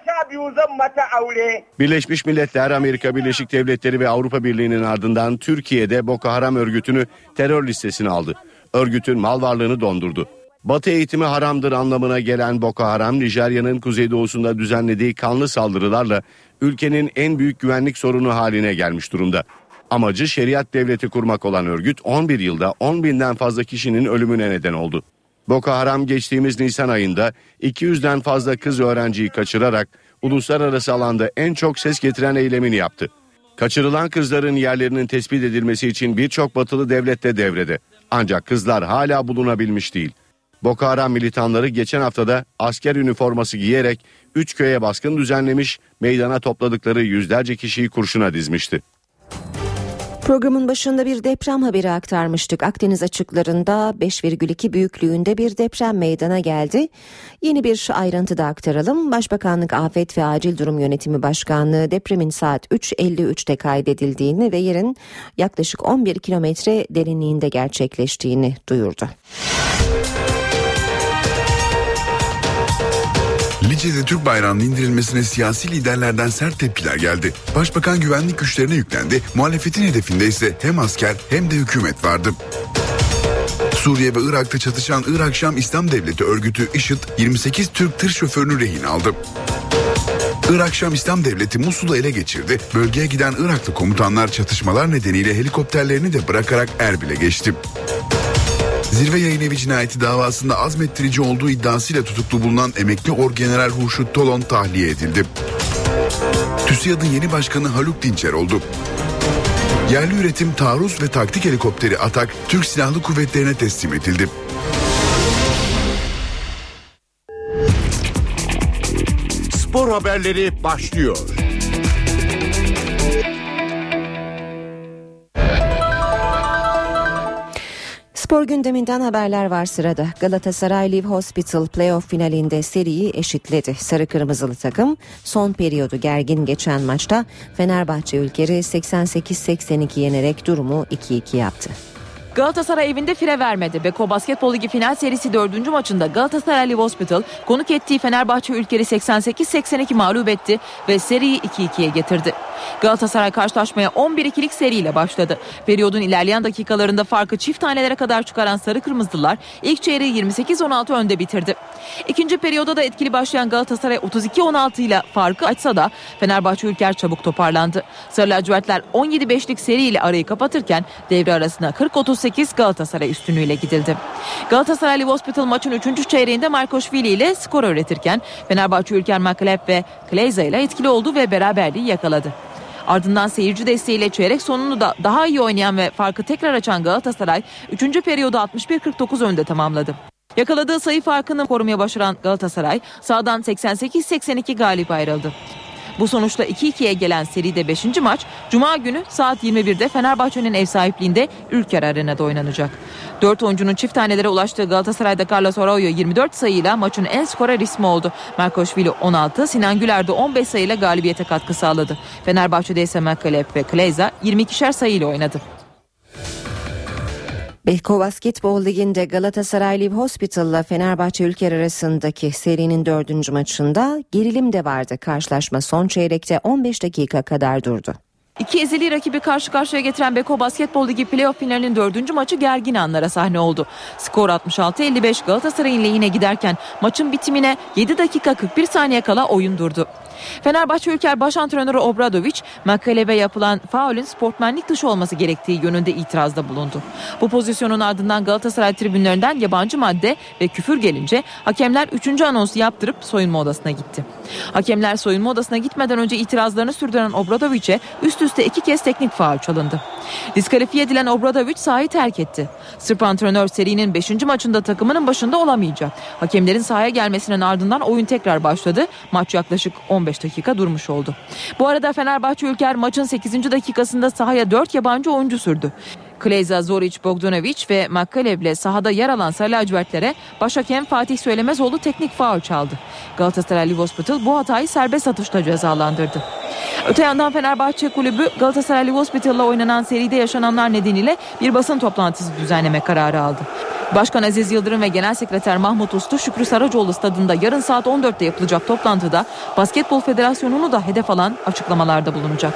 Birleşmiş Milletler, Amerika Birleşik Devletleri ve Avrupa Birliği'nin ardından Türkiye'de Boko Haram örgütünü terör listesine aldı. Örgütün mal varlığını dondurdu. Batı eğitimi haramdır anlamına gelen Boko Haram, Nijerya'nın kuzeydoğusunda düzenlediği kanlı saldırılarla ülkenin en büyük güvenlik sorunu haline gelmiş durumda. Amacı şeriat devleti kurmak olan örgüt 11 yılda 10 binden fazla kişinin ölümüne neden oldu. Boko Haram geçtiğimiz Nisan ayında 200'den fazla kız öğrenciyi kaçırarak uluslararası alanda en çok ses getiren eylemini yaptı. Kaçırılan kızların yerlerinin tespit edilmesi için birçok batılı devlet de devrede. Ancak kızlar hala bulunabilmiş değil. Boko Haram militanları geçen haftada asker üniforması giyerek 3 köye baskın düzenlemiş, meydana topladıkları yüzlerce kişiyi kurşuna dizmişti. Programın başında bir deprem haberi aktarmıştık. Akdeniz açıklarında 5,2 büyüklüğünde bir deprem meydana geldi. Yeni bir ayrıntı da aktaralım. Başbakanlık Afet ve Acil Durum Yönetimi Başkanlığı depremin saat 3.53'te kaydedildiğini ve yerin yaklaşık 11 kilometre derinliğinde gerçekleştiğini duyurdu. Lice'de Türk bayrağının indirilmesine siyasi liderlerden sert tepkiler geldi. Başbakan güvenlik güçlerine yüklendi. Muhalefetin hedefinde ise hem asker hem de hükümet vardı. Suriye ve Irak'ta çatışan Irak Şam İslam Devleti örgütü IŞİD 28 Türk tır şoförünü rehin aldı. Irak Şam İslam Devleti Musul'u ele geçirdi. Bölgeye giden Iraklı komutanlar çatışmalar nedeniyle helikopterlerini de bırakarak Erbil'e geçti. Zirve Yayınevi cinayeti davasında azmettirici olduğu iddiasıyla tutuklu bulunan emekli Orgeneral Hurşut Tolon tahliye edildi. TÜSİAD'ın yeni başkanı Haluk Dinçer oldu. Yerli üretim taarruz ve taktik helikopteri Atak Türk Silahlı Kuvvetleri'ne teslim edildi. Spor haberleri başlıyor. Spor gündeminden haberler var sırada. Galatasaray Live Hospital playoff finalinde seriyi eşitledi. Sarı kırmızılı takım son periyodu gergin geçen maçta Fenerbahçe Ülker'i 88-82 yenerek durumu 2-2 yaptı. Galatasaray evinde fire vermedi. Beko Basketbol Ligi final serisi 4. maçında Galatasaray Live Hospital konuk ettiği Fenerbahçe Ülker'i 88-82 mağlup etti ve seriyi 2-2'ye getirdi. Galatasaray karşılaşmaya 11-2'lik seriyle başladı. Periyodun ilerleyen dakikalarında farkı çift tanelere kadar çıkaran Sarı Kırmızılılar ilk çeyreği 28-16 önde bitirdi. İkinci periyoda da etkili başlayan Galatasaray 32-16 ile farkı açsa da Fenerbahçe Ülker çabuk toparlandı. Sarı lacivertler 17-5'lik seriyle arayı kapatırken devre arasına 40-38 Galatasaray üstünlüğüyle gidildi. Galatasaray Live Hospital maçın 3. çeyreğinde Markoşvili ile skor üretirken Fenerbahçe Ülker Makalep ve Kleyza ile etkili oldu ve beraberliği yakaladı. Ardından seyirci desteğiyle çeyrek sonunu da daha iyi oynayan ve farkı tekrar açan Galatasaray 3. periyodu 61-49 önde tamamladı. Yakaladığı sayı farkını korumaya başaran Galatasaray sahadan 88-82 galip ayrıldı. Bu sonuçla 2-2'ye gelen seride 5. maç Cuma günü saat 21'de Fenerbahçe'nin ev sahipliğinde Ülker Arena'da oynanacak. 4 oyuncunun çift tanelere ulaştığı Galatasaray'da Carlos Arroyo 24 sayıyla maçın en skorer ismi oldu. Markoşvili 16, Sinan Güler de 15 sayıyla galibiyete katkı sağladı. Fenerbahçe'de ise Makalep ve Kleyza 22'şer sayıyla oynadı. Beko Basketbol Ligi'nde Galatasaray Live Hospital ile Fenerbahçe Ülker arasındaki serinin 4. maçında gerilim de vardı. Karşılaşma son çeyrekte 15 dakika kadar durdu. İki ezeli rakibi karşı karşıya getiren Beko Basketbol Ligi playoff finalinin 4. maçı gergin anlara sahne oldu. Skor 66-55 Galatasaray'ın lehine giderken maçın bitimine 7 dakika 41 saniye kala oyun durdu. Fenerbahçe Ülker baş antrenörü Obradović, Makalebe yapılan faulün sportmenlik dışı olması gerektiği yönünde itirazda bulundu. Bu pozisyonun ardından Galatasaray tribünlerinden yabancı madde ve küfür gelince hakemler 3. anonsu yaptırıp soyunma odasına gitti. Hakemler soyunma odasına gitmeden önce itirazlarını sürdüren Obradović'e üst üste 2 kez teknik faul çalındı. Diskalifiye edilen Obradović sahayı terk etti. Sırp antrenör serinin 5. maçında takımının başında olamayacak. Hakemlerin sahaya gelmesinin ardından oyun tekrar başladı. Maç yaklaşık 15 dakika durmuş oldu. Bu arada Fenerbahçe Ülker maçın 8. dakikasında sahaya 4 yabancı oyuncu sürdü. Kleyza, Zoric, Bogdanović ve Makalev'le sahada yer alan Sarı lacivertlere başhakem Fatih Söylemezoğlu teknik faul çaldı. Galatasaray Live Hospital bu hatayı serbest atışla cezalandırdı. Öte yandan Fenerbahçe Kulübü Galatasaray Live Hospital'la oynanan seride yaşananlar nedeniyle bir basın toplantısı düzenleme kararı aldı. Başkan Aziz Yıldırım ve Genel Sekreter Mahmut Uslu Şükrü Saracoğlu stadında yarın saat 14'te yapılacak toplantıda Basketbol Federasyonu'nu da hedef alan açıklamalarda bulunacak.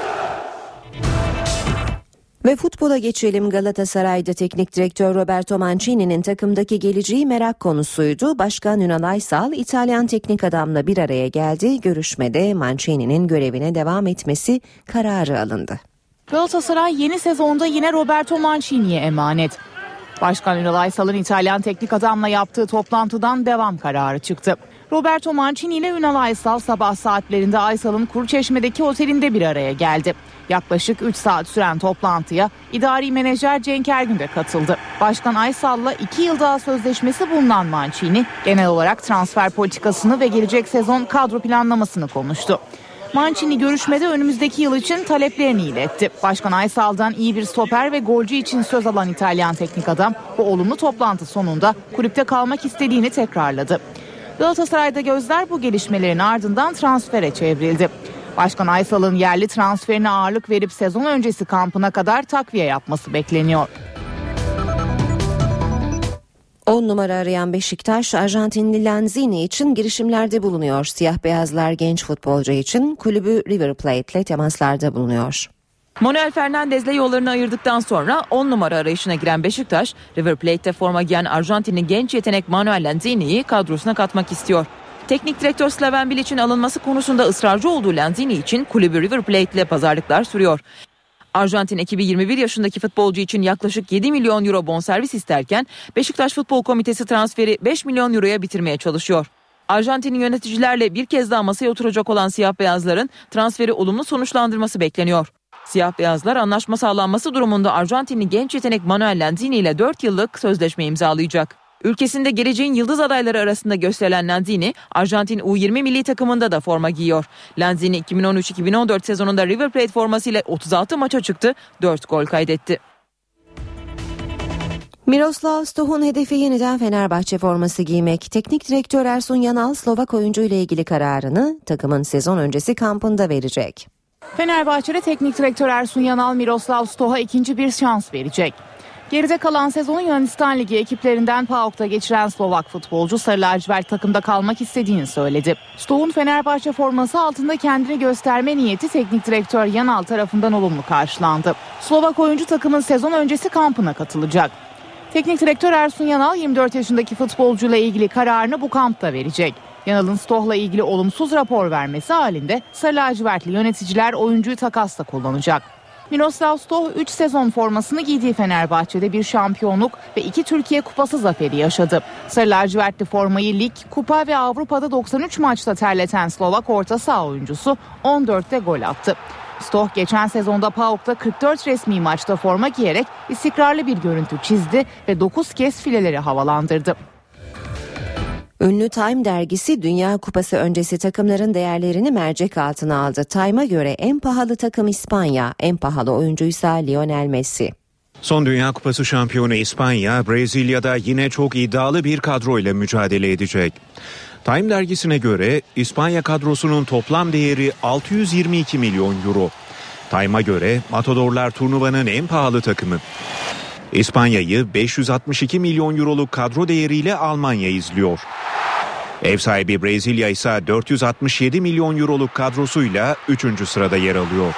Ve futbola geçelim. Galatasaray'da teknik direktör Roberto Mancini'nin takımdaki geleceği merak konusuydu. Başkan Ünal Aysal İtalyan teknik adamla bir araya geldi. Görüşmede Mancini'nin görevine devam etmesi kararı alındı. Galatasaray yeni sezonda yine Roberto Mancini'ye emanet. Başkan Ünal Aysal'ın İtalyan teknik adamla yaptığı toplantıdan devam kararı çıktı. Roberto Mancini ile Ünal Aysal sabah saatlerinde Aysal'ın Kuruçeşme'deki otelinde bir araya geldi. Yaklaşık 3 saat süren toplantıya idari menajer Cenk Ergün de katıldı. Başkan Aysal'la 2 yıl daha sözleşmesi bulunan Mancini genel olarak transfer politikasını ve gelecek sezon kadro planlamasını konuştu. Mancini görüşmede önümüzdeki yıl için taleplerini iletti. Başkan Aysal'dan iyi bir stoper ve golcü için söz alan İtalyan teknik adam bu olumlu toplantı sonunda kulüpte kalmak istediğini tekrarladı. Galatasaray'da gözler bu gelişmelerin ardından transfere çevrildi. Başkan Aysal'ın yerli transferine ağırlık verip sezon öncesi kampına kadar takviye yapması bekleniyor. 10 numara arayan Beşiktaş, Arjantinli Lanzini için girişimlerde bulunuyor. Siyah beyazlar genç futbolcu için kulübü River Plate'le temaslarda bulunuyor. Manuel Fernandez'le yollarını ayırdıktan sonra 10 numara arayışına giren Beşiktaş, River Plate'te forma giyen Arjantinli genç yetenek Manuel Lanzini'yi kadrosuna katmak istiyor. Teknik direktör Slaven Bilic'in alınması konusunda ısrarcı olduğu Lanzini için kulübü River Plate ile pazarlıklar sürüyor. Arjantin ekibi 21 yaşındaki futbolcu için yaklaşık 7 milyon euro bonservis isterken Beşiktaş Futbol Komitesi transferi 5 milyon euroya bitirmeye çalışıyor. Arjantin'in yöneticilerle bir kez daha masaya oturacak olan siyah beyazların transferi olumlu sonuçlandırması bekleniyor. Siyah beyazlar anlaşma sağlanması durumunda Arjantinli genç yetenek Manuel Lanzini ile 4 yıllık sözleşme imzalayacak. Ülkesinde geleceğin yıldız adayları arasında gösterilen Lanzini, Arjantin U20 milli takımında da forma giyiyor. Lanzini 2013-2014 sezonunda River Plate formasıyla 36 maça çıktı, 4 gol kaydetti. Miroslav Stoh'un hedefi yeniden Fenerbahçe forması giymek. Teknik direktör Ersun Yanal, Slovak oyuncu ile ilgili kararını takımın sezon öncesi kampında verecek. Fenerbahçe'de teknik direktör Ersun Yanal, Miroslav Stoh'a ikinci bir şans verecek. Geride kalan sezonu Yunanistan Ligi ekiplerinden PAOK'ta geçiren Slovak futbolcu sarı lacivert takımda kalmak istediğini söyledi. Stoh'un Fenerbahçe forması altında kendini gösterme niyeti teknik direktör Yanal tarafından olumlu karşılandı. Slovak oyuncu takımın sezon öncesi kampına katılacak. Teknik direktör Ersun Yanal 24 yaşındaki futbolcuyla ilgili kararını bu kampta verecek. Yanal'ın Stoh'la ilgili olumsuz rapor vermesi halinde sarı lacivertli yöneticiler oyuncuyu takasla kullanacak. Miroslav Stoh 3 sezon formasını giydiği Fenerbahçe'de bir şampiyonluk ve 2 Türkiye Kupası zaferi yaşadı. Sarı lacivertli formayı lig, kupa ve Avrupa'da 93 maçta terleten Slovak orta saha oyuncusu 14'te gol attı. Stoh geçen sezonda PAOK'ta 44 resmi maçta forma giyerek istikrarlı bir görüntü çizdi ve 9 kez fileleri havalandırdı. Ünlü Time dergisi Dünya Kupası öncesi takımların değerlerini mercek altına aldı. Time'a göre en pahalı takım İspanya, en pahalı oyuncuysa Lionel Messi. Son Dünya Kupası şampiyonu İspanya, Brezilya'da yine çok iddialı bir kadro ile mücadele edecek. Time dergisine göre İspanya kadrosunun toplam değeri 622 milyon euro. Time'a göre Matadorlar turnuvanın en pahalı takımı. İspanya'yı 562 milyon euroluk kadro değeriyle Almanya izliyor. Ev sahibi Brezilya ise 467 milyon euroluk kadrosuyla 3. sırada yer alıyor.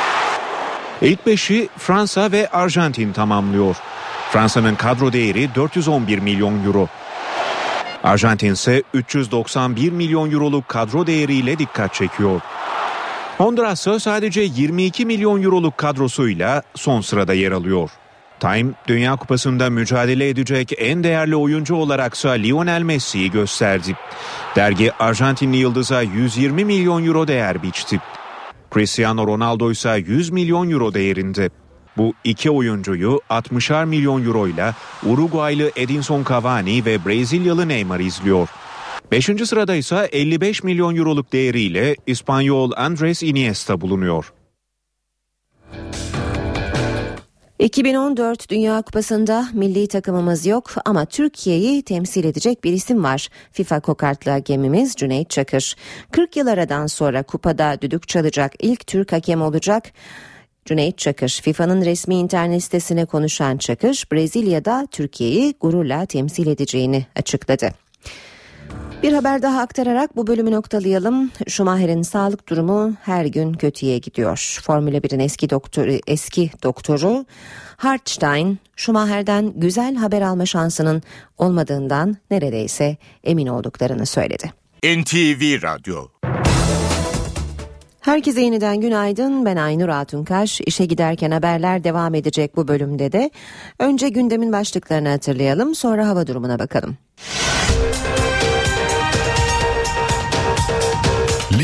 İlk 5'i Fransa ve Arjantin tamamlıyor. Fransa'nın kadro değeri 411 milyon euro. Arjantin ise 391 milyon euroluk kadro değeriyle dikkat çekiyor. Honduras ise sadece 22 milyon euroluk kadrosuyla son sırada yer alıyor. Time, Dünya Kupası'nda mücadele edecek en değerli oyuncu olaraksa Lionel Messi'yi gösterdi. Dergi Arjantinli yıldıza 120 milyon euro değer biçti. Cristiano Ronaldo ise 100 milyon euro değerinde. Bu iki oyuncuyu 60'ar milyon euro ile Uruguaylı Edinson Cavani ve Brezilyalı Neymar izliyor. 5. sırada ise 55 milyon euroluk değeriyle İspanyol Andres Iniesta bulunuyor. 2014 Dünya Kupası'nda milli takımımız yok ama Türkiye'yi temsil edecek bir isim var. FIFA kokartlı hakemimiz Cüneyt Çakır. 40 yıl aradan sonra kupada düdük çalacak ilk Türk hakem olacak. Cüneyt Çakır, FIFA'nın resmi internet sitesine konuşan Çakır, Brezilya'da Türkiye'yi gururla temsil edeceğini açıkladı. Bir haber daha aktararak bu bölümü noktalayalım. Schumacher'in sağlık durumu her gün kötüye gidiyor. Formula 1'in eski doktoru Hartstein, Schumacher'den güzel haber alma şansının olmadığından neredeyse emin olduklarını söyledi. NTV Radyo. Herkese yeniden günaydın. Ben Aynur Altunkaş. İşe giderken haberler devam edecek bu bölümde de. Önce gündemin başlıklarını hatırlayalım, sonra hava durumuna bakalım.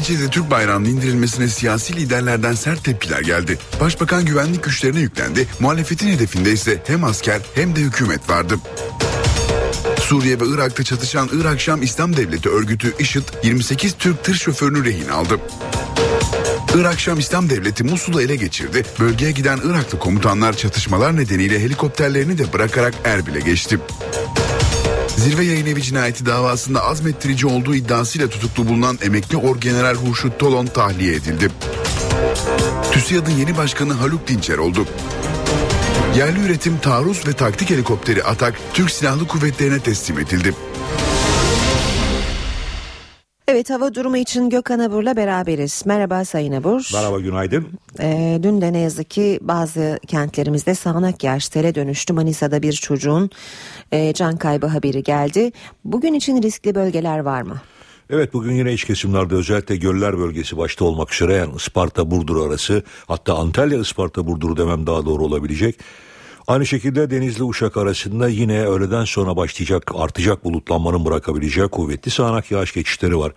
Lice'de Türk bayrağının indirilmesine siyasi liderlerden sert tepkiler geldi. Başbakan güvenlik güçlerine yüklendi. Muhalefetin hedefinde ise hem asker hem de hükümet vardı. Suriye ve Irak'ta çatışan Irak Şam İslam Devleti örgütü IŞİD 28 Türk tır şoförünü rehin aldı. Irak Şam İslam Devleti Musul'u ele geçirdi. Bölgeye giden Iraklı komutanlar çatışmalar nedeniyle helikopterlerini de bırakarak Erbil'e geçti. Zirve Yayınevi cinayeti davasında azmettirici olduğu iddiasıyla tutuklu bulunan emekli Orgeneral Hurşut Tolon tahliye edildi. TÜSİAD'ın yeni başkanı Haluk Dinçer oldu. Yerli üretim taarruz ve taktik helikopteri Atak Türk Silahlı Kuvvetleri'ne teslim edildi. Evet, hava durumu için Gökhan Abur'la beraberiz. Merhaba Sayın Abur. Merhaba, günaydın. Dün de ne yazık ki bazı kentlerimizde sağanak yağış sele dönüştü. Manisa'da bir çocuğun can kaybı haberi geldi. Bugün için riskli bölgeler var mı? Evet, bugün yine iç kesimlerde özellikle göller bölgesi başta olmak üzere, yani Isparta-Burdur arası, hatta Antalya-Isparta-Burdur demem daha doğru olabilecek. Aynı şekilde Denizli-Uşak arasında yine öğleden sonra başlayacak, artacak bulutlanmanın bırakabileceği kuvvetli sağanak yağış geçişleri var.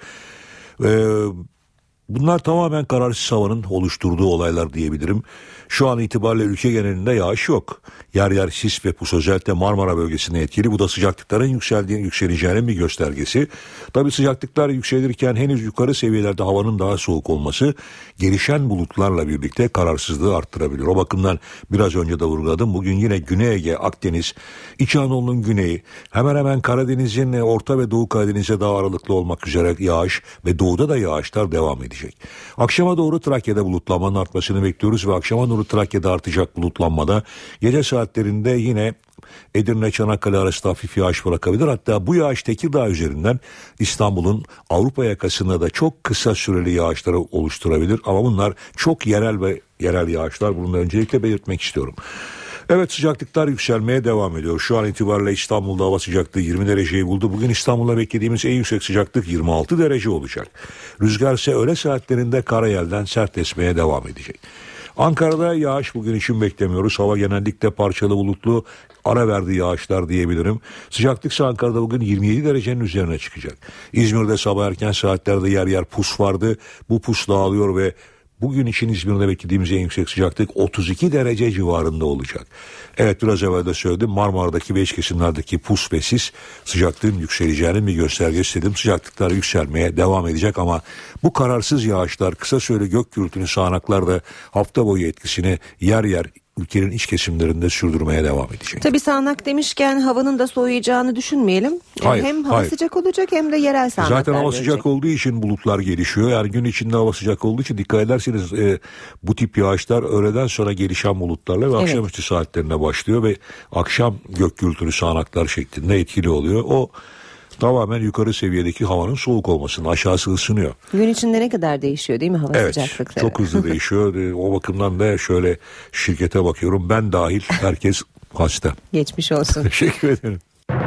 Bunlar tamamen kararsız havanın oluşturduğu olaylar diyebilirim. Şu an itibariyle ülke genelinde yağış yok. Yer yer sis ve pus özellikle Marmara bölgesinde etkili. Bu da sıcaklıkların yükseleceğinin bir göstergesi. Tabii sıcaklıklar yükselirken henüz yukarı seviyelerde havanın daha soğuk olması gelişen bulutlarla birlikte kararsızlığı arttırabilir. O bakımdan biraz önce de vurguladım. Bugün yine Güney Ege, Akdeniz, İç Anadolu'nun güneyi, hemen hemen Karadeniz'in Orta ve Doğu Karadeniz'e daha aralıklı olmak üzere yağış ve doğuda da yağışlar devam edecek. Akşama doğru Trakya'da bulutlanmanın artmasını bekliyoruz ve akşama doğru Trakya'da artacak bulutlanmada gece saatlerinde yine Edirne, Çanakkale arasında hafif yağış bırakabilir. Hatta bu yağış Tekirdağ üzerinden İstanbul'un Avrupa yakasında da çok kısa süreli yağışları oluşturabilir. Ama bunlar çok yerel yağışlar. Bunu da öncelikle belirtmek istiyorum. Evet, sıcaklıklar yükselmeye devam ediyor. Şu an itibariyle İstanbul'da hava sıcaklığı 20 dereceyi buldu. Bugün İstanbul'da beklediğimiz en yüksek sıcaklık 26 derece olacak. Rüzgar ise öğle saatlerinde karayelden sert esmeye devam edecek. Ankara'da yağış bugün için beklemiyoruz. Hava genellikle parçalı bulutlu, ara verdiği yağışlar diyebilirim. Sıcaklık ise Ankara'da bugün 27 derecenin üzerine çıkacak. İzmir'de sabah erken saatlerde yer yer pus vardı. Bu pus dağılıyor ve bugün için İzmir'de beklediğimiz en yüksek sıcaklık 32 derece civarında olacak. Evet, biraz evvel de söyledim, Marmara'daki ve iç kesimlerdeki pus ve sis sıcaklığın yükseleceğinin bir göstergesi dedim. Sıcaklıklar yükselmeye devam edecek ama bu kararsız yağışlar, kısa süreli gök gürültülü sağanaklar da hafta boyu etkisini yer yer ülkenin iç kesimlerinde sürdürmeye devam edecek. Tabii sağanak demişken havanın da soğuyacağını düşünmeyelim. Hem hava sıcak olacak hem de yerel sağanaklar. Zaten hava sıcak olduğu için bulutlar gelişiyor. Yani gün içinde hava sıcak olduğu için dikkat ederseniz bu tip yağışlar öğleden sonra gelişen bulutlarla ve akşamüstü saatlerine başlıyor ve akşam gök gürültülü sağanaklar şeklinde etkili oluyor. O tamamen yukarı seviyedeki havanın soğuk olmasının, aşağısı ısınıyor. Gün içinde ne kadar değişiyor değil mi hava sıcaklıkları? Evet, çok hızlı değişiyor. O bakımdan da şöyle şirkete bakıyorum, ben dahil herkes hasta. Geçmiş olsun. Teşekkür ederim.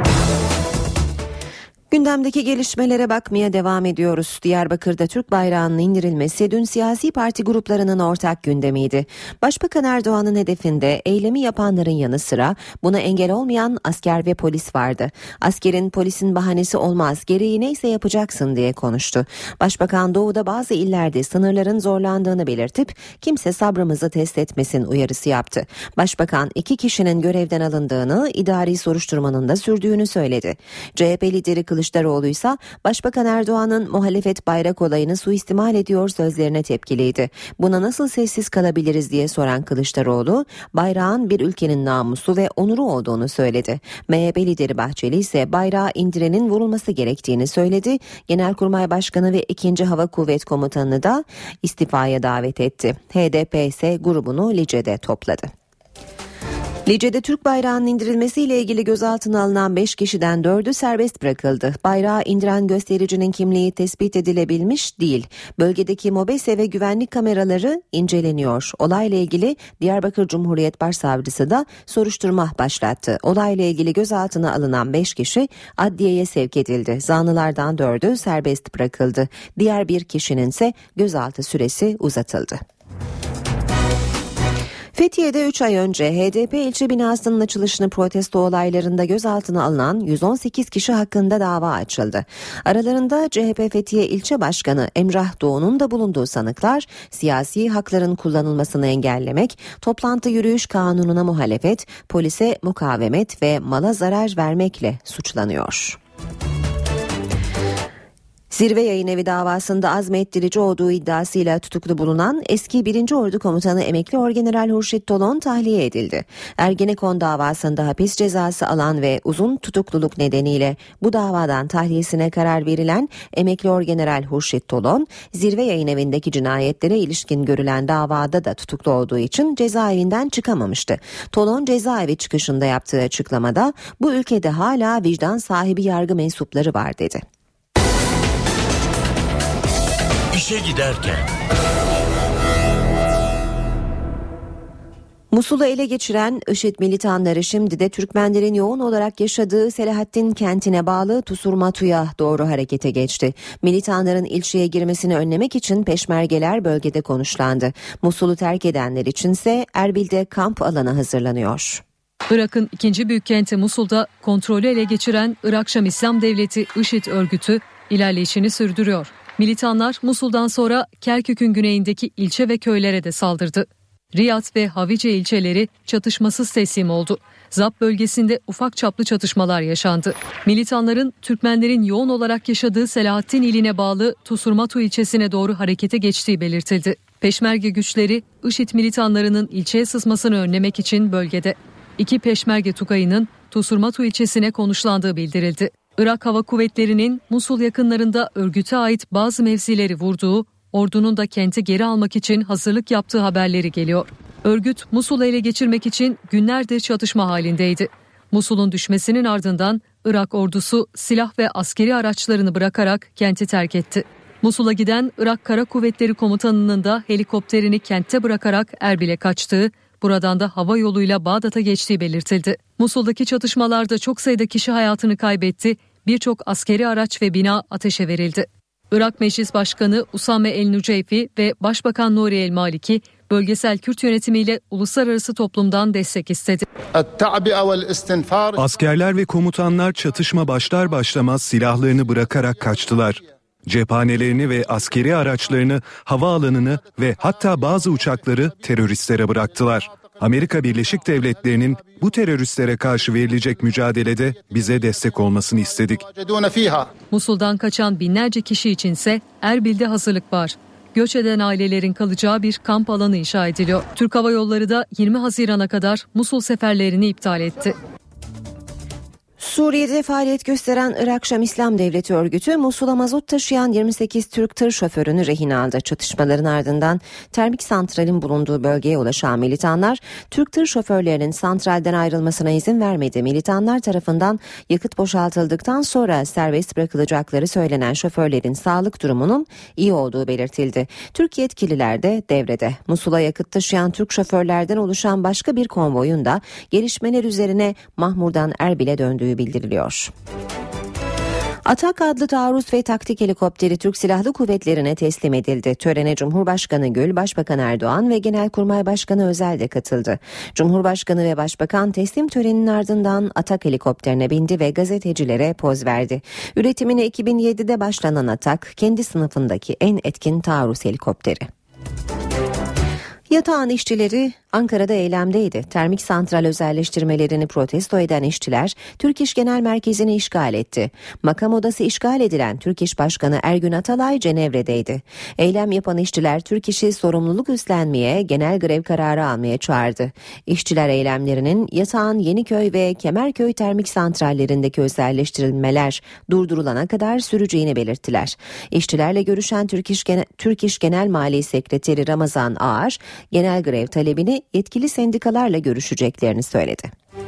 Gündemdeki gelişmelere bakmaya devam ediyoruz. Diyarbakır'da Türk bayrağının indirilmesi dün siyasi parti gruplarının ortak gündemiydi. Başbakan Erdoğan'ın hedefinde eylemi yapanların yanı sıra buna engel olmayan asker ve polis vardı. Askerin polisin bahanesi olmaz, gereği neyse yapacaksın diye konuştu. Başbakan doğuda bazı illerde sınırların zorlandığını belirtip kimse sabrımızı test etmesin uyarısı yaptı. Başbakan 2 kişinin görevden alındığını, idari soruşturmanın da sürdüğünü söyledi. CHP lideri Kılıçdaroğlu ise Başbakan Erdoğan'ın muhalefet bayrak olayını suistimal ediyor sözlerine tepkiliydi. Buna nasıl sessiz kalabiliriz diye soran Kılıçdaroğlu, bayrağın bir ülkenin namusu ve onuru olduğunu söyledi. MHP lideri Bahçeli ise bayrağı indirenin vurulması gerektiğini söyledi. Genelkurmay Başkanı ve 2. Hava Kuvvet Komutanı'nı da istifaya davet etti. HDP ise grubunu Lice'de topladı. Lice'de Türk bayrağının indirilmesiyle ilgili gözaltına alınan 5 kişiden 4'ü serbest bırakıldı. Bayrağı indiren göstericinin kimliği tespit edilebilmiş değil. Bölgedeki mobese ve güvenlik kameraları inceleniyor. Olayla ilgili Diyarbakır Cumhuriyet Başsavcısı da soruşturma başlattı. Olayla ilgili gözaltına alınan 5 kişi adliyeye sevk edildi. Zanlılardan 4'ü serbest bırakıldı. Diğer bir kişinin ise gözaltı süresi uzatıldı. Fethiye'de 3 ay önce HDP ilçe binasının açılışını protesto olaylarında gözaltına alınan 118 kişi hakkında dava açıldı. Aralarında CHP Fethiye İlçe Başkanı Emrah Doğu'nun da bulunduğu sanıklar siyasi hakların kullanılmasını engellemek, toplantı yürüyüş kanununa muhalefet, polise mukavemet ve mala zarar vermekle suçlanıyor. Zirve Yayınevi davasında azmettirici olduğu iddiasıyla tutuklu bulunan eski 1. Ordu Komutanı Emekli Orgeneral Hurşit Dolon tahliye edildi. Ergenekon davasında hapis cezası alan ve uzun tutukluluk nedeniyle bu davadan tahliyesine karar verilen Emekli Orgeneral Hurşit Dolon, Zirve Yayınevindeki cinayetlere ilişkin görülen davada da tutuklu olduğu için cezaevinden çıkamamıştı. Dolon cezaevi çıkışında yaptığı açıklamada bu ülkede hala vicdan sahibi yargı mensupları var dedi. İşe giderken. Musul'u ele geçiren IŞİD militanları şimdi de Türkmenlerin yoğun olarak yaşadığı Selahattin kentine bağlı Tusurmatu'ya doğru harekete geçti. Militanların ilçeye girmesini önlemek için peşmergeler bölgede konuşlandı. Musul'u terk edenler içinse Erbil'de kamp alanı hazırlanıyor. Irak'ın ikinci büyük kenti Musul'da kontrolü ele geçiren Irak Şam İslam Devleti IŞİD örgütü ilerleyişini sürdürüyor. Militanlar Musul'dan sonra Kerkük'ün güneyindeki ilçe ve köylere de saldırdı. Riyad ve Havice ilçeleri çatışmasız teslim oldu. Zap bölgesinde ufak çaplı çatışmalar yaşandı. Militanların Türkmenlerin yoğun olarak yaşadığı Selahattin iline bağlı Tusurmatu ilçesine doğru harekete geçtiği belirtildi. Peşmerge güçleri IŞİD militanlarının ilçeye sızmasını önlemek için bölgede. 2 peşmerge tugayının Tusurmatu ilçesine konuşlandığı bildirildi. Irak Hava Kuvvetleri'nin Musul yakınlarında örgüte ait bazı mevzileri vurduğu, ordunun da kenti geri almak için hazırlık yaptığı haberleri geliyor. Örgüt Musul'u ele geçirmek için günlerdir çatışma halindeydi. Musul'un düşmesinin ardından Irak ordusu silah ve askeri araçlarını bırakarak kenti terk etti. Musul'a giden Irak Kara Kuvvetleri Komutanı'nın da helikopterini kentte bırakarak Erbil'e kaçtığı, buradan da hava yoluyla Bağdat'a geçtiği belirtildi. Musul'daki çatışmalarda çok sayıda kişi hayatını kaybetti, birçok askeri araç ve bina ateşe verildi. Irak Meclis Başkanı Usame El-Nuceyfi ve Başbakan Nuri El-Maliki bölgesel Kürt yönetimiyle uluslararası toplumdan destek istedi. Askerler ve komutanlar çatışma başlar başlamaz silahlarını bırakarak kaçtılar. Cephanelerini ve askeri araçlarını, havaalanını ve hatta bazı uçakları teröristlere bıraktılar. Amerika Birleşik Devletleri'nin bu teröristlere karşı verilecek mücadelede bize destek olmasını istedik. Musul'dan kaçan binlerce kişi içinse Erbil'de hazırlık var. Göç eden ailelerin kalacağı bir kamp alanı inşa ediliyor. Türk Hava Yolları da 20 Haziran'a kadar Musul seferlerini iptal etti. Suriye'de faaliyet gösteren Irak Şam İslam Devleti örgütü Musul'a mazot taşıyan 28 Türk tır şoförünü rehin aldı. Çatışmaların ardından termik santralin bulunduğu bölgeye ulaşan militanlar Türk tır şoförlerinin santralden ayrılmasına izin vermedi. Militanlar tarafından yakıt boşaltıldıktan sonra serbest bırakılacakları söylenen şoförlerin sağlık durumunun iyi olduğu belirtildi. Türk yetkililer de devrede. Musul'a yakıt taşıyan Türk şoförlerden oluşan başka bir konvoyun da gelişmeler üzerine Mahmur'dan Erbil'e döndüğü bildiriliyor. Atak adlı taarruz ve taktik helikopteri Türk Silahlı Kuvvetleri'ne teslim edildi. Törene Cumhurbaşkanı Gül, Başbakan Erdoğan ve Genelkurmay Başkanı Özel de katıldı. Cumhurbaşkanı ve Başbakan teslim töreninin ardından Atak helikopterine bindi ve gazetecilere poz verdi. Üretimine 2007'de başlanan Atak, kendi sınıfındaki en etkin taarruz helikopteri. Yatağan işçileri Ankara'da eylemdeydi. Termik santral özelleştirmelerini protesto eden işçiler Türk İş Genel Merkezi'ni işgal etti. Makam odası işgal edilen Türk İş Başkanı Ergün Atalay Cenevre'deydi. Eylem yapan işçiler Türk İş'i sorumluluk üstlenmeye, genel grev kararı almaya çağırdı. İşçiler eylemlerinin Yatağan, Yeniköy ve Kemerköy termik santrallerindeki özelleştirilmeler durdurulana kadar süreceğini belirttiler. İşçilerle görüşen Türk İş Genel Mali Sekreteri Ramazan Ağar, genel grev talebini yetkili sendikalarla görüşeceklerini söyledi.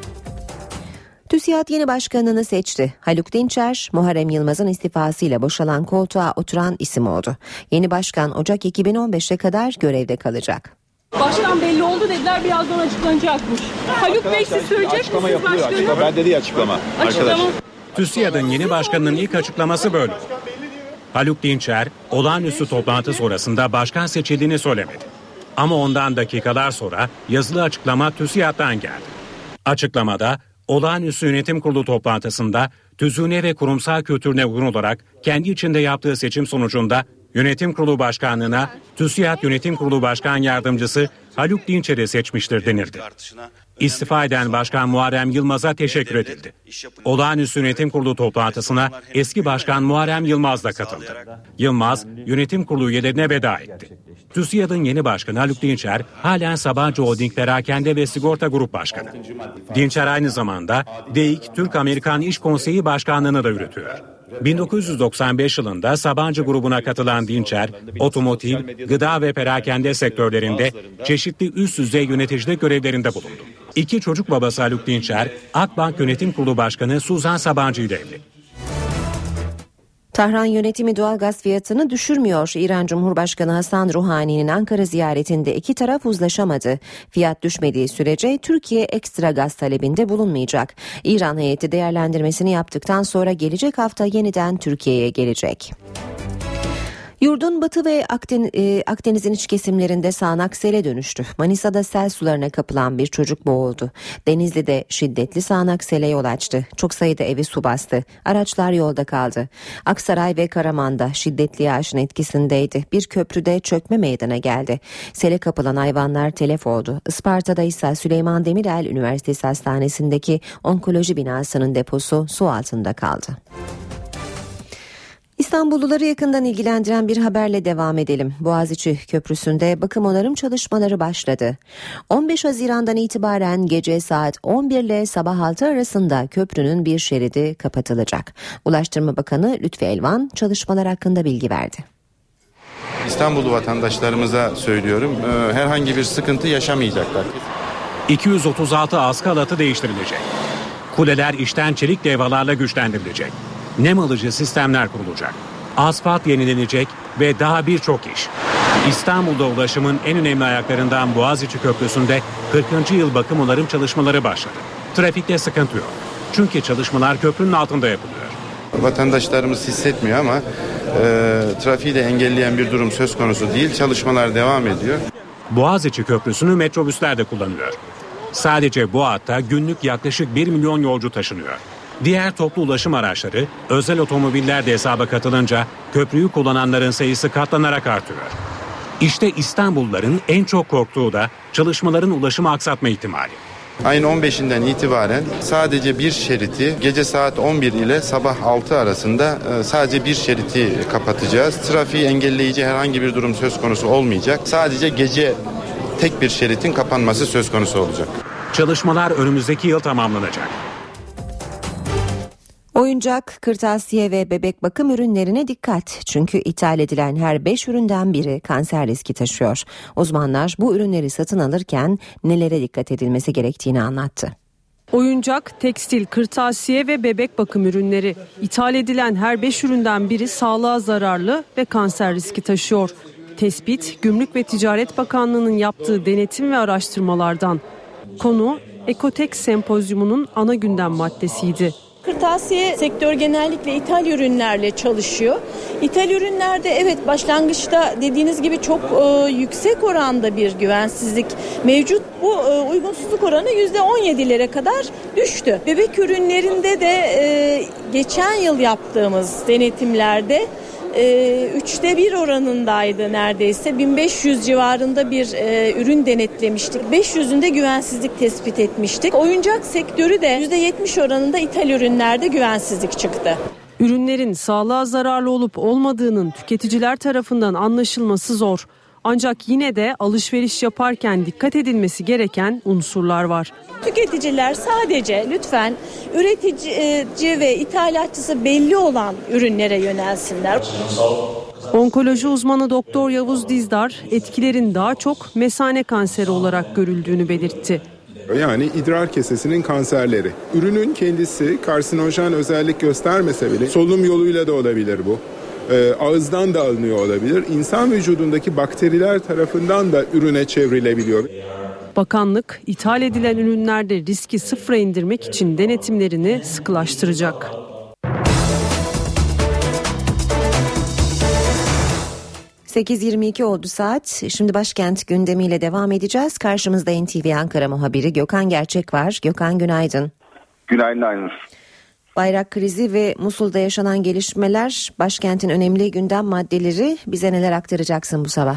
TÜSİAD yeni başkanını seçti. Haluk Dinçer, Muharrem Yılmaz'ın istifasıyla boşalan koltuğa oturan isim oldu. Yeni başkan Ocak 2015'e kadar görevde kalacak. Başkan belli oldu dediler, birazdan açıklanacakmış. Haluk Bey siz söyleyecek misiniz başkanım? Ben dedi açıklama. Arkadaş. TÜSİAD'ın yeni başkanının ilk açıklaması böyle. Haluk Dinçer, olağanüstü toplantı sonrasında başkan seçildiğini söylemedi. Ama ondan dakikalar sonra yazılı açıklama TÜSİAD'dan geldi. Açıklamada Olağanüstü Yönetim Kurulu toplantısında tüzüğüne ve kurumsal kültürüne uygun olarak kendi içinde yaptığı seçim sonucunda Yönetim Kurulu Başkanlığı'na TÜSİAD Yönetim Kurulu Başkan Yardımcısı Haluk Dinçer'i seçmiştir denildi. İstifa eden Başkan Muharrem Yılmaz'a teşekkür edildi. Olağanüstü Yönetim Kurulu toplantısına eski Başkan Muharrem Yılmaz da katıldı. Yılmaz, Yönetim Kurulu üyelerine veda etti. TÜSİAD'ın yeni başkanı Haluk Dinçer, halen Sabancı Holding Perakende ve Sigorta Grup Başkanı. Dinçer aynı zamanda DEİK Türk-Amerikan İş Konseyi Başkanlığı'nı da yürütüyor. 1995 yılında Sabancı grubuna katılan Dinçer, otomotiv, gıda ve perakende sektörlerinde çeşitli üst düzey yöneticilik görevlerinde bulundu. 2 çocuk babası Haluk Dinçer, Akbank Yönetim Kurulu Başkanı Suzan Sabancı ile evli. Tahran yönetimi doğalgaz fiyatını düşürmüyor. İran Cumhurbaşkanı Hasan Ruhani'nin Ankara ziyaretinde iki taraf uzlaşamadı. Fiyat düşmediği sürece Türkiye ekstra gaz talebinde bulunmayacak. İran heyeti değerlendirmesini yaptıktan sonra gelecek hafta yeniden Türkiye'ye gelecek. Yurdun batı ve Akdeniz'in iç kesimlerinde sağanak sele dönüştü. Manisa'da sel sularına kapılan bir çocuk boğuldu. Denizli'de şiddetli sağanak sele yol açtı. Çok sayıda evi su bastı. Araçlar yolda kaldı. Aksaray ve Karaman'da şiddetli yağışın etkisindeydi. Bir köprüde çökme meydana geldi. Sele kapılan hayvanlar telef oldu. Isparta'da ise Süleyman Demirel Üniversitesi Hastanesi'ndeki onkoloji binasının deposu su altında kaldı. İstanbulluları yakından ilgilendiren bir haberle devam edelim. Boğaziçi Köprüsü'nde bakım onarım çalışmaları başladı. 15 Haziran'dan itibaren gece saat 11 ile sabah 6 arasında köprünün bir şeridi kapatılacak. Ulaştırma Bakanı Lütfi Elvan çalışmalar hakkında bilgi verdi. İstanbullu vatandaşlarımıza söylüyorum, herhangi bir sıkıntı yaşamayacaklar. 236 askı halatı değiştirilecek. Kuleler içten çelik levhalarla güçlendirilecek. Nem alıcı sistemler kurulacak. Asfalt yenilenecek ve daha birçok iş. İstanbul'da ulaşımın en önemli ayaklarından Boğaziçi Köprüsü'nde 40. yıl bakım onarım çalışmaları başladı. Trafikte sıkıntı yok. Çünkü çalışmalar köprünün altında yapılıyor. Vatandaşlarımız hissetmiyor ama trafiği de engelleyen bir durum söz konusu değil. Çalışmalar devam ediyor. Boğaziçi Köprüsü'nü metrobüsler de kullanıyor. Sadece bu hatta günlük yaklaşık 1 milyon yolcu taşınıyor. Diğer toplu ulaşım araçları, özel otomobiller de hesaba katılınca köprüyü kullananların sayısı katlanarak artıyor. İşte İstanbulluların en çok korktuğu da çalışmaların ulaşımı aksatma ihtimali. Ayın 15'inden itibaren sadece bir şeriti gece saat 11 ile sabah 6 arasında sadece bir şeriti kapatacağız. Trafiği engelleyici herhangi bir durum söz konusu olmayacak. Sadece gece tek bir şeritin kapanması söz konusu olacak. Çalışmalar önümüzdeki yıl tamamlanacak. Oyuncak, kırtasiye ve bebek bakım ürünlerine dikkat. Çünkü ithal edilen her 5 üründen biri kanser riski taşıyor. Uzmanlar bu ürünleri satın alırken nelere dikkat edilmesi gerektiğini anlattı. Oyuncak, tekstil, kırtasiye ve bebek bakım ürünleri. İthal edilen her 5 üründen biri sağlığa zararlı ve kanser riski taşıyor. Tespit, Gümrük ve Ticaret Bakanlığı'nın yaptığı denetim ve araştırmalardan. Konu, Ekotek Sempozyumu'nun ana gündem maddesiydi. Kırtasiye sektör genellikle ithal ürünlerle çalışıyor. İthal ürünlerde evet başlangıçta dediğiniz gibi çok yüksek oranda bir güvensizlik mevcut. Bu uygunsuzluk oranı %17'lere kadar düştü. Bebek ürünlerinde de geçen yıl yaptığımız denetimlerde 3'te 1 oranındaydı neredeyse. 1500 civarında bir ürün denetlemiştik. 500'ünde güvensizlik tespit etmiştik. Oyuncak sektörü de %70 oranında ithal ürünlerde güvensizlik çıktı. Ürünlerin sağlığa zararlı olup olmadığının tüketiciler tarafından anlaşılması zor. Ancak yine de alışveriş yaparken dikkat edilmesi gereken unsurlar var. Tüketiciler sadece lütfen üretici ve ithalatçısı belli olan ürünlere yönelsinler. Onkoloji uzmanı Doktor Yavuz Dizdar etkilerin daha çok mesane kanseri olarak görüldüğünü belirtti. Yani idrar kesesinin kanserleri. Ürünün kendisi karsinojen özellik göstermese bile solunum yoluyla da olabilir bu. Ağızdan da alınıyor olabilir. İnsan vücudundaki bakteriler tarafından da ürüne çevrilebiliyor. Bakanlık, ithal edilen ürünlerde riski sıfıra indirmek için denetimlerini sıkılaştıracak. 8.22 oldu saat. Şimdi başkent gündemiyle devam edeceğiz. Karşımızda NTV Ankara muhabiri Gökhan Gerçek var. Gökhan günaydın. Günaydın Aynur. Bayrak krizi ve Musul'da yaşanan gelişmeler, başkentin önemli gündem maddeleri. Bize neler aktaracaksın bu sabah?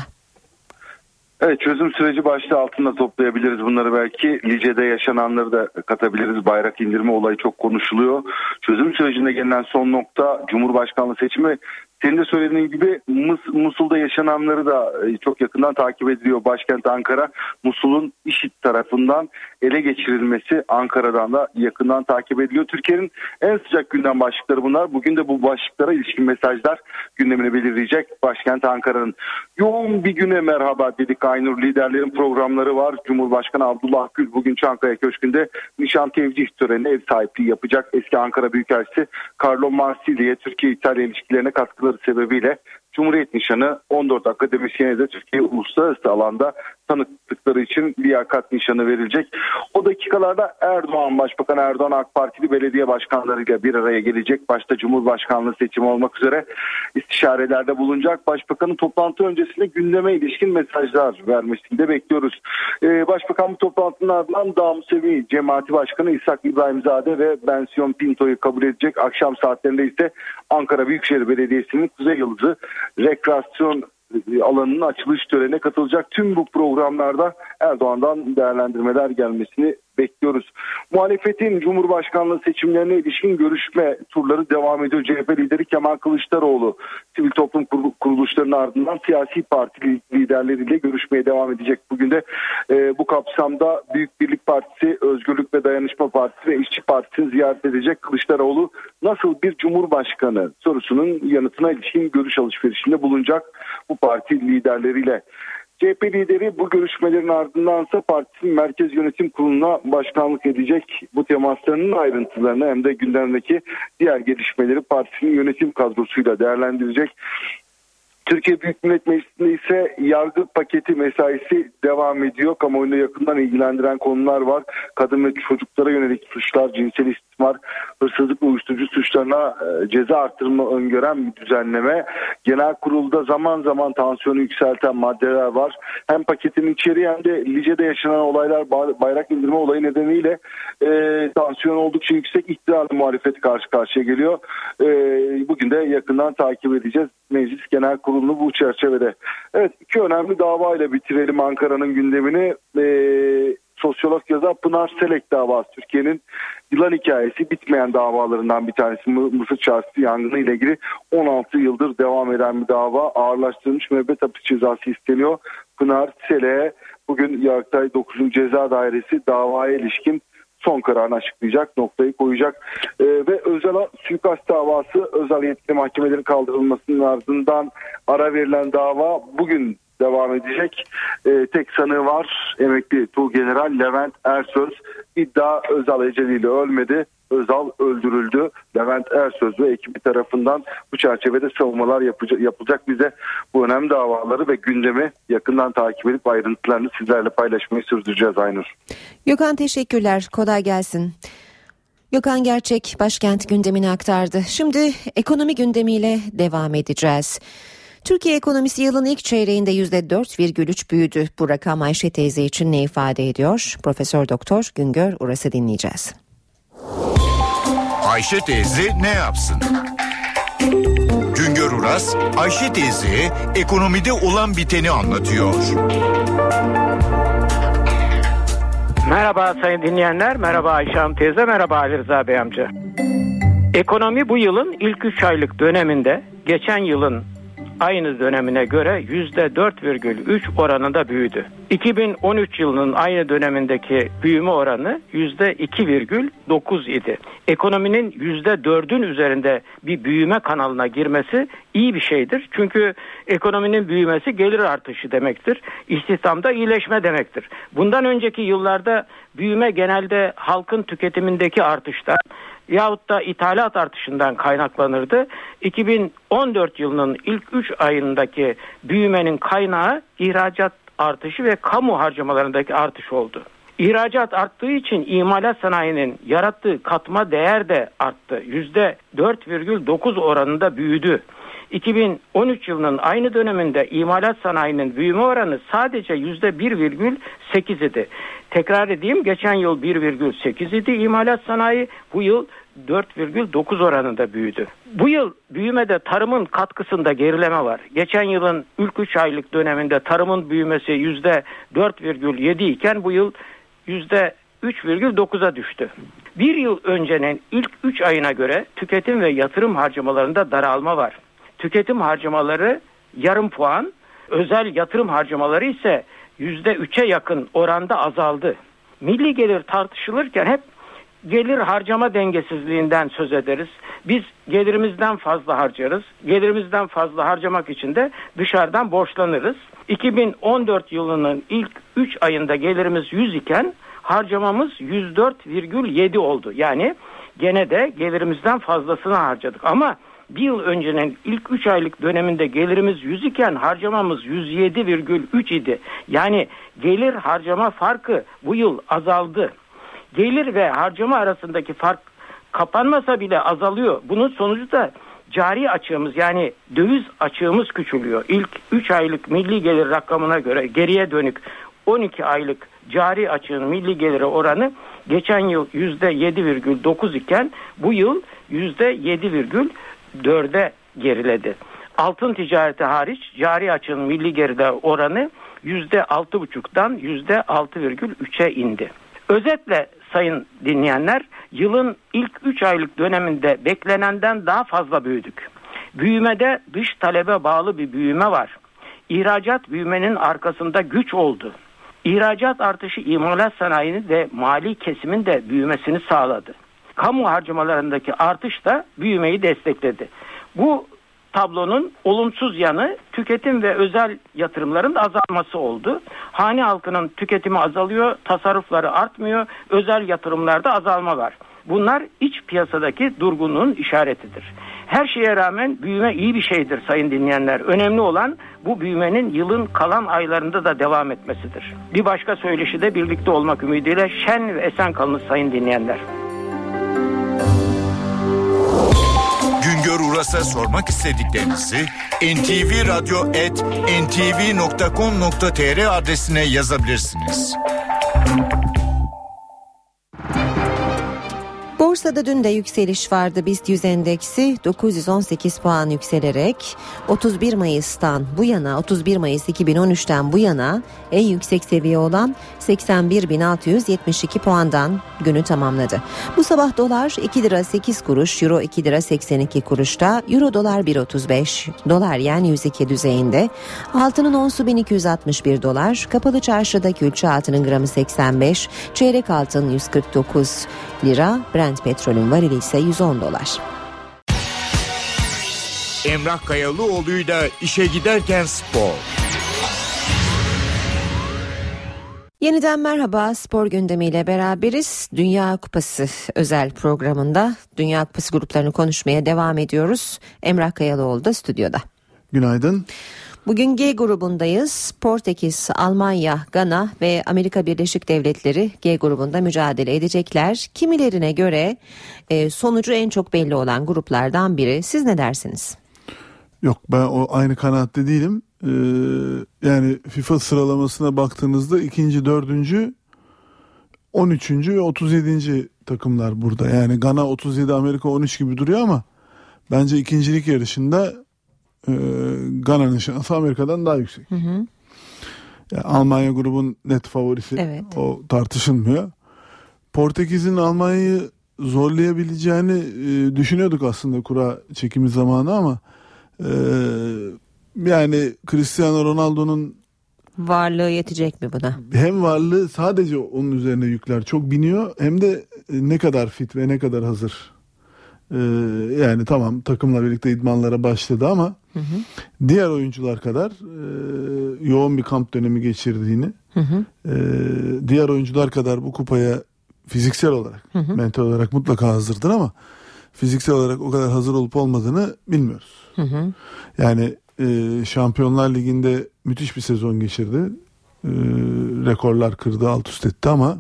Evet, çözüm süreci başlığı altında toplayabiliriz bunları belki. Lice'de yaşananları da katabiliriz. Bayrak indirme olayı çok konuşuluyor. Çözüm sürecinde gelinen son nokta Cumhurbaşkanlığı seçimi. Senin de söylediğin gibi Musul'da yaşananları da çok yakından takip ediliyor. Başkent Ankara, Musul'un IŞİD tarafından ele geçirilmesi Ankara'dan da yakından takip ediliyor. Türkiye'nin en sıcak gündem başlıkları bunlar. Bugün de bu başlıklara ilişkin mesajlar gündemini belirleyecek. Başkent Ankara'nın yoğun bir güne merhaba dedik Aynur. Liderlerin programları var. Cumhurbaşkanı Abdullah Gül bugün Çankaya Köşkü'nde nişan tevcih törenine ev sahipliği yapacak. Eski Ankara Büyükelçisi Carlo Marsili'ye Türkiye-İtalya ilişkilerine katkıları sebebiyle Cumhuriyet Nişanı, 14 akademisyene de Türkiye uluslararası alanda tanıklıkları için liyakat nişanı verilecek. O dakikalarda Başbakan Erdoğan AK Partili belediye başkanlarıyla bir araya gelecek. Başta Cumhurbaşkanlığı seçimi olmak üzere istişarelerde bulunacak. Başbakanın toplantı öncesinde gündeme ilişkin mesajlar vermesini de bekliyoruz. Başbakan bu toplantının ardından Dağmusevi Cemaati Başkanı İshak İbrahimzade ve Bensiyon Pinto'yu kabul edecek. Akşam saatlerinde ise Ankara Büyükşehir Belediyesi'nin Kuzey Yıldızı rekreasyon alanının açılış törenine katılacak. Tüm bu programlarda Erdoğan'dan değerlendirmeler gelmesini bekliyoruz. Muhalefetin Cumhurbaşkanlığı seçimlerine ilişkin görüşme turları devam ediyor. CHP lideri Kemal Kılıçdaroğlu sivil toplum kuruluşlarının ardından siyasi parti liderleriyle görüşmeye devam edecek. Bugün de bu kapsamda Büyük Birlik Partisi, Özgürlük ve Dayanışma Partisi ve İşçi Partisi'ni ziyaret edecek. Kılıçdaroğlu nasıl bir cumhurbaşkanı sorusunun yanıtına ilişkin görüş alışverişinde bulunacak bu parti liderleriyle. CHP lideri bu görüşmelerin ardındansa partisinin Merkez Yönetim Kurulu'na başkanlık edecek. Bu temaslarının ayrıntılarını hem de gündemdeki diğer gelişmeleri partisinin yönetim kadrosuyla değerlendirecek. Türkiye Büyük Millet Meclisi'nde ise yargı paketi mesaisi devam ediyor. Kamuoyunu yakından ilgilendiren konular var. Kadın ve çocuklara yönelik suçlar, cinsel istismar, hırsızlık ve uyuşturucu suçlarına ceza artırma öngören bir düzenleme. Genel kurulda zaman zaman tansiyonu yükselten maddeler var. Hem paketin içeriği hem de Lice'de yaşanan olaylar, bayrak indirme olayı nedeniyle tansiyon oldukça yüksek. İktidarla muhalefet karşı karşıya geliyor. Bugün de yakından takip edeceğiz Meclis Genel Kurulu'nu bu çerçevede. Evet, iki önemli davayla bitirelim Ankara'nın gündemini. Sosyolog yazar Pınar Selek davası Türkiye'nin yılan hikayesi bitmeyen davalarından bir tanesi. Mısır Çarşısı yangını ile ilgili 16 yıldır devam eden bir dava. Ağırlaştırılmış müebbet hapis cezası isteniyor. Pınar Selek'e bugün Yargıtay 9. Ceza Dairesi davaya ilişkin son kararını açıklayacak, noktayı koyacak. Ve Özal'a suikast davası, özel yetkili mahkemelerin kaldırılmasının ardından ara verilen dava bugün devam edecek. Tek sanığı var, emekli Tuğgeneral Levent Ersöz. İddia Özal eceliyle ölmedi. Özal öldürüldü. Levent Ersöz ve ekibi tarafından bu çerçevede savunmalar yapılacak. Biz de bu önemli davaları ve gündemi yakından takip edip ayrıntılarını sizlerle paylaşmayı sürdüreceğiz Aynur. Gökhan teşekkürler. Kolay gelsin. Gökhan Gerçek başkent gündemini aktardı. Şimdi ekonomi gündemiyle devam edeceğiz. Türkiye ekonomisi yılın ilk çeyreğinde %4,3 büyüdü. Bu rakam Ayşe teyze için ne ifade ediyor? Profesör Doktor Güngör Uras'ı dinleyeceğiz. Ayşe teyze ne yapsın? Güngör Uras, Ayşe teyze ekonomide olan biteni anlatıyor. Merhaba sayın dinleyenler, merhaba Ayşe Hanım teyze, merhaba Ali Rıza Bey amca. Ekonomi bu yılın ilk 3 aylık döneminde geçen yılın aynı dönemine göre %4,3 oranında büyüdü. 2013 yılının aynı dönemindeki büyüme oranı %2,9 idi. Ekonominin %4'ün üzerinde bir büyüme kanalına girmesi iyi bir şeydir. Çünkü ekonominin büyümesi gelir artışı demektir. İstihdamda iyileşme demektir. Bundan önceki yıllarda büyüme genelde halkın tüketimindeki artıştan yahut da ithalat artışından kaynaklanırdı. 2014 yılının ilk 3 ayındaki büyümenin kaynağı ihracat artışı ve kamu harcamalarındaki artış oldu. İhracat arttığı için imalat sanayinin yarattığı katma değer de arttı. %4,9 oranında büyüdü. 2013 yılının aynı döneminde imalat sanayinin büyüme oranı sadece %1,8 idi. Tekrar edeyim, geçen yıl 1,8 idi imalat sanayi, bu yıl 4,9 oranında büyüdü. Bu yıl büyümede tarımın katkısında gerileme var. Geçen yılın ilk 3 aylık döneminde tarımın büyümesi %4,7 iken bu yıl %3,9'a düştü. Bir yıl öncenin ilk 3 ayına göre tüketim ve yatırım harcamalarında daralma var. Tüketim harcamaları yarım puan, özel yatırım harcamaları ise %3'e yakın oranda azaldı. Milli gelir tartışılırken hep gelir harcama dengesizliğinden söz ederiz. Biz gelirimizden fazla harcarız. Gelirimizden fazla harcamak için de dışarıdan borçlanırız. 2014 yılının ilk 3 ayında gelirimiz 100 iken harcamamız 104,7 oldu. Yani gene de gelirimizden fazlasını harcadık. Ama bir yıl öncenin ilk 3 aylık döneminde gelirimiz 100 iken harcamamız 107,3 idi. Yani gelir harcama farkı bu yıl azaldı. Gelir ve harcama arasındaki fark kapanmasa bile azalıyor. Bunun sonucu da cari açığımız, yani döviz açığımız küçülüyor. İlk 3 aylık milli gelir rakamına göre geriye dönük 12 aylık cari açığın milli geliri oranı geçen yıl %7,9 iken bu yıl %7,4'e geriledi. Altın ticareti hariç cari açığın milli geliri oranı %6,5'dan %6,3'e indi. Özetle sayın dinleyenler, yılın ilk 3 aylık döneminde beklenenden daha fazla büyüdük. Büyümede dış talebe bağlı bir büyüme var. İhracat büyümenin arkasında güç oldu. İhracat artışı imalat sanayinin ve mali kesimin de büyümesini sağladı. Kamu harcamalarındaki artış da büyümeyi destekledi. Bu tablonun olumsuz yanı tüketim ve özel yatırımların azalması oldu. Hane halkının tüketimi azalıyor, tasarrufları artmıyor, özel yatırımlarda azalma var. Bunlar iç piyasadaki durgunluğun işaretidir. Her şeye rağmen büyüme iyi bir şeydir sayın dinleyenler. Önemli olan bu büyümenin yılın kalan aylarında da devam etmesidir. Bir başka söyleşide birlikte olmak ümidiyle şen ve esen kalınız sayın dinleyenler. Güngör Uras'a sormak istediklerinizi ntvradyo@ntv.com.tr adresine yazabilirsiniz. Borsada dün de yükseliş vardı. BIST 100 endeksi 918 puan yükselerek 31 Mayıs 2013'ten bu yana en yüksek seviye olan 81.672 puandan günü tamamladı. Bu sabah dolar 2 lira 8 kuruş, euro 2 lira 82 kuruşta, euro dolar 1.35, dolar yen 102 düzeyinde, altının onsu 1261 dolar, kapalı çarşıda külçe altının gramı 85, çeyrek altın 149 lira, Brent petrolün varili ise 110 dolar. Emrah Kayalıoğlu'yla işe giderken spor. Yeniden merhaba, spor gündemiyle beraberiz. Dünya Kupası özel programında Dünya Kupası gruplarını konuşmaya devam ediyoruz. Emrah Kayalıoğlu da stüdyoda. Günaydın. Bugün G grubundayız. Portekiz, Almanya, Gana ve Amerika Birleşik Devletleri G grubunda mücadele edecekler. Kimilerine göre sonucu en çok belli olan gruplardan biri. Siz ne dersiniz? Yok, ben o aynı kanaatte değilim. Yani FIFA sıralamasına baktığınızda 2. 4. 13. ve 37. takımlar burada. Yani Gana 37, Amerika 13 gibi duruyor ama bence ikincilik yarışında Gana'nın şansı Amerika'dan daha yüksek. Hı hı. Yani Almanya grubun net favorisi. Evet. O tartışılmıyor. Portekiz'in Almanya'yı zorlayabileceğini düşünüyorduk aslında kura çekimi zamanı ama yani Cristiano Ronaldo'nun varlığı yetecek mi buna? Hem varlığı sadece onun üzerine yükler çok biniyor, hem de ne kadar fit ve ne kadar hazır. Yani tamam, takımla birlikte idmanlara başladı ama diğer oyuncular kadar yoğun bir kamp dönemi geçirdiğini, diğer oyuncular kadar bu kupaya fiziksel olarak, mental olarak mutlaka hazırdır ama fiziksel olarak o kadar hazır olup olmadığını bilmiyoruz. Yani Şampiyonlar Ligi'nde müthiş bir sezon geçirdi. Rekorlar kırdı, alt üst etti ama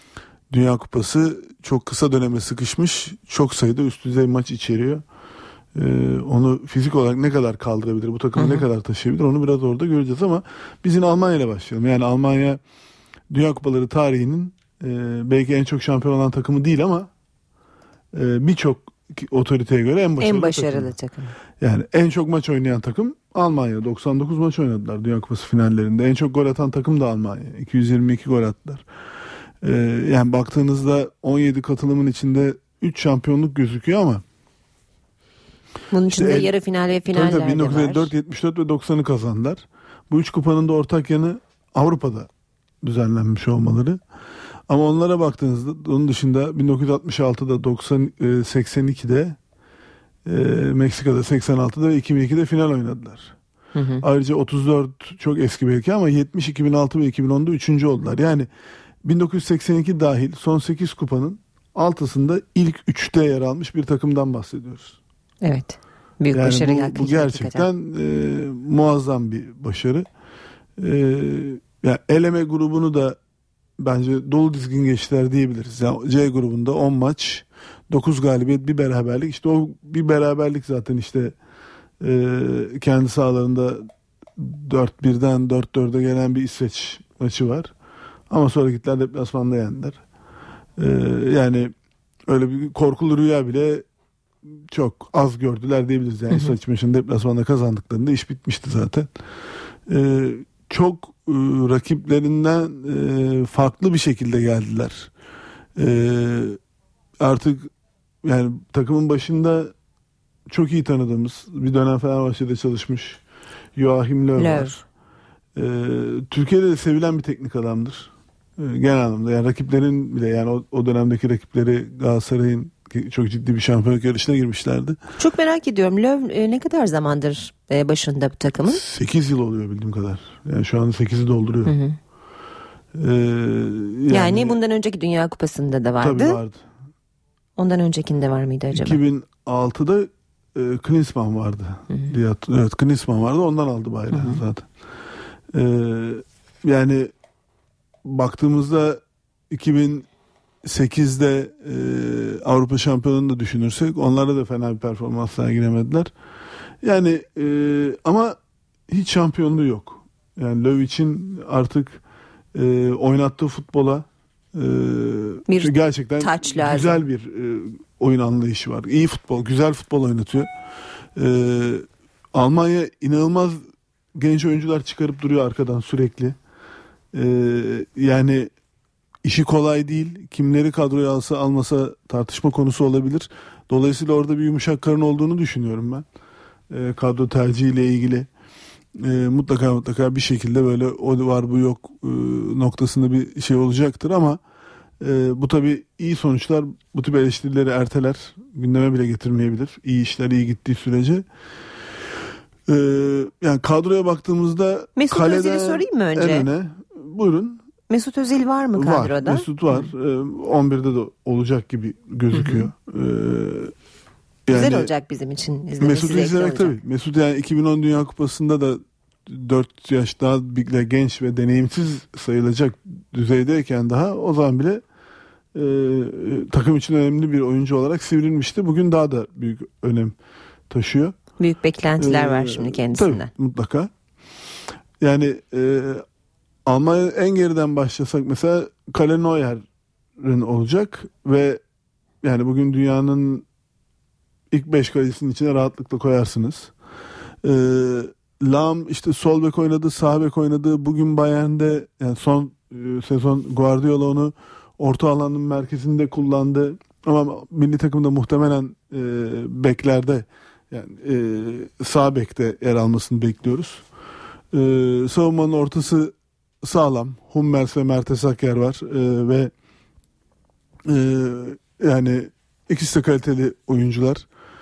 Dünya Kupası çok kısa döneme sıkışmış, çok sayıda üst düzey maç içeriyor. Onu fizik olarak ne kadar kaldırabilir, bu takımı ne kadar taşıyabilir, onu biraz orada göreceğiz. Ama biz yine Almanya ile başlayalım. Yani Almanya Dünya Kupaları tarihinin belki en çok şampiyon olan takımı değil ama birçok otoriteye göre en başarılı takım. Yani en çok maç oynayan takım Almanya. 99 maç oynadılar Dünya Kupası finallerinde. En çok gol atan takım da Almanya. 222 gol attılar. Yani baktığınızda 17 katılımın içinde 3 şampiyonluk gözüküyor ama bunun içinde yarı final ve finaller de var. 1954, 74 ve 90'ı kazandılar. Bu 3 kupanın da ortak yanı Avrupa'da düzenlenmiş olmaları. Ama onlara baktığınızda onun dışında 1966'da, 82'de, Meksika'da, 86'da ve 2002'de final oynadılar. Ayrıca 34 çok eski belki ama 70, 2006 ve 2010'da 3. oldular. Yani 1982 dahil son 8 kupanın 6'sında ilk 3'te yer almış bir takımdan bahsediyoruz. Evet. Büyük yani başarı. Bu gerçekten muazzam bir başarı. Yani eleme grubunu da bence dolu dizgin geçtiler diyebiliriz. Yani C grubunda 10 maç, 9 galibiyet, bir beraberlik. İşte o bir beraberlik zaten işte kendi sahalarında 4-1'den 4-4'e gelen bir İsveç maçı var. Ama sonra gittiler deplasmanda yendiler. Yani öyle bir korkulu rüya bile çok az gördüler diyebiliriz. Yani İsveç maçını deplasmanda kazandıklarında iş bitmişti zaten. Çok rakiplerinden farklı bir şekilde geldiler. Artık yani takımın başında çok iyi tanıdığımız, bir dönem Fenerbahçe'de çalışmış Joachim Löw var. Türkiye'de de sevilen bir teknik adamdır. Genel anlamda yani rakiplerin bile, yani o dönemdeki rakipleri Galatasaray'ın çok ciddi bir şampiyonluk yarışına girmişlerdi. Çok merak ediyorum. Löw ne kadar zamandır başında bu takımın? 8 yıl oluyor bildiğim kadar. Yani şu anda 8'i dolduruyor. Yani bundan önceki Dünya Kupası'nda da vardı. Tabii vardı. Ondan öncekinde var mıydı acaba? 2006'da Klinsmann vardı. Evet, Klinsmann vardı. Ondan aldı bayrağı zaten. Yani baktığımızda 2008'de Avrupa Şampiyonu'nu da düşünürsek onlarda da fena bir performans sergilemediler. Yani ama hiç şampiyonluğu yok. Yani Löw için artık oynattığı futbola gerçekten güzel bir oyun anlayışı var. İyi futbol, güzel futbol oynatıyor. Almanya inanılmaz genç oyuncular çıkarıp duruyor arkadan sürekli. Yani işi kolay değil. Kimleri kadroya almasa tartışma konusu olabilir. Dolayısıyla orada bir yumuşak karın olduğunu düşünüyorum ben. Kadro tercihiyle ilgili. Mutlaka bir şekilde böyle o var bu yok noktasında bir şey olacaktır ama bu tabii iyi sonuçlar bu tip eleştirileri erteler. Gündeme bile getirmeyebilir. İyi işler iyi gittiği sürece. Yani kadroya baktığımızda Mesut Özil'i sorayım mı önce? Öne. Buyurun. Mesut Özil var mı kadroda? Var. Mesut var. 11'de de olacak gibi gözüküyor. Güzel olacak bizim için. Mesut'u izlemek tabii. Mesut yani 2010 Dünya Kupası'nda da 4 yaş daha genç ve deneyimsiz sayılacak düzeydeyken daha o zaman bile takım için önemli bir oyuncu olarak sivrilmişti. Bugün daha da büyük önem taşıyor. Büyük beklentiler var şimdi kendisinden. Tabii mutlaka. Yani Almanya en geriden başlasak mesela Kale Neuer'in olacak ve yani bugün dünyanın ilk 5 kalecisinin içine rahatlıkla koyarsınız. Lahm işte sol bek oynadı, sağ bek oynadı. Bugün Bayern'de yani son sezon Guardiola onu orta alanın merkezinde kullandı. Ama milli takımda muhtemelen beklerde yani sağ bekte yer almasını bekliyoruz. Savunmanın ortası sağlam. Hummels ve Mertesacker var ve yani ikisi de kaliteli oyuncular.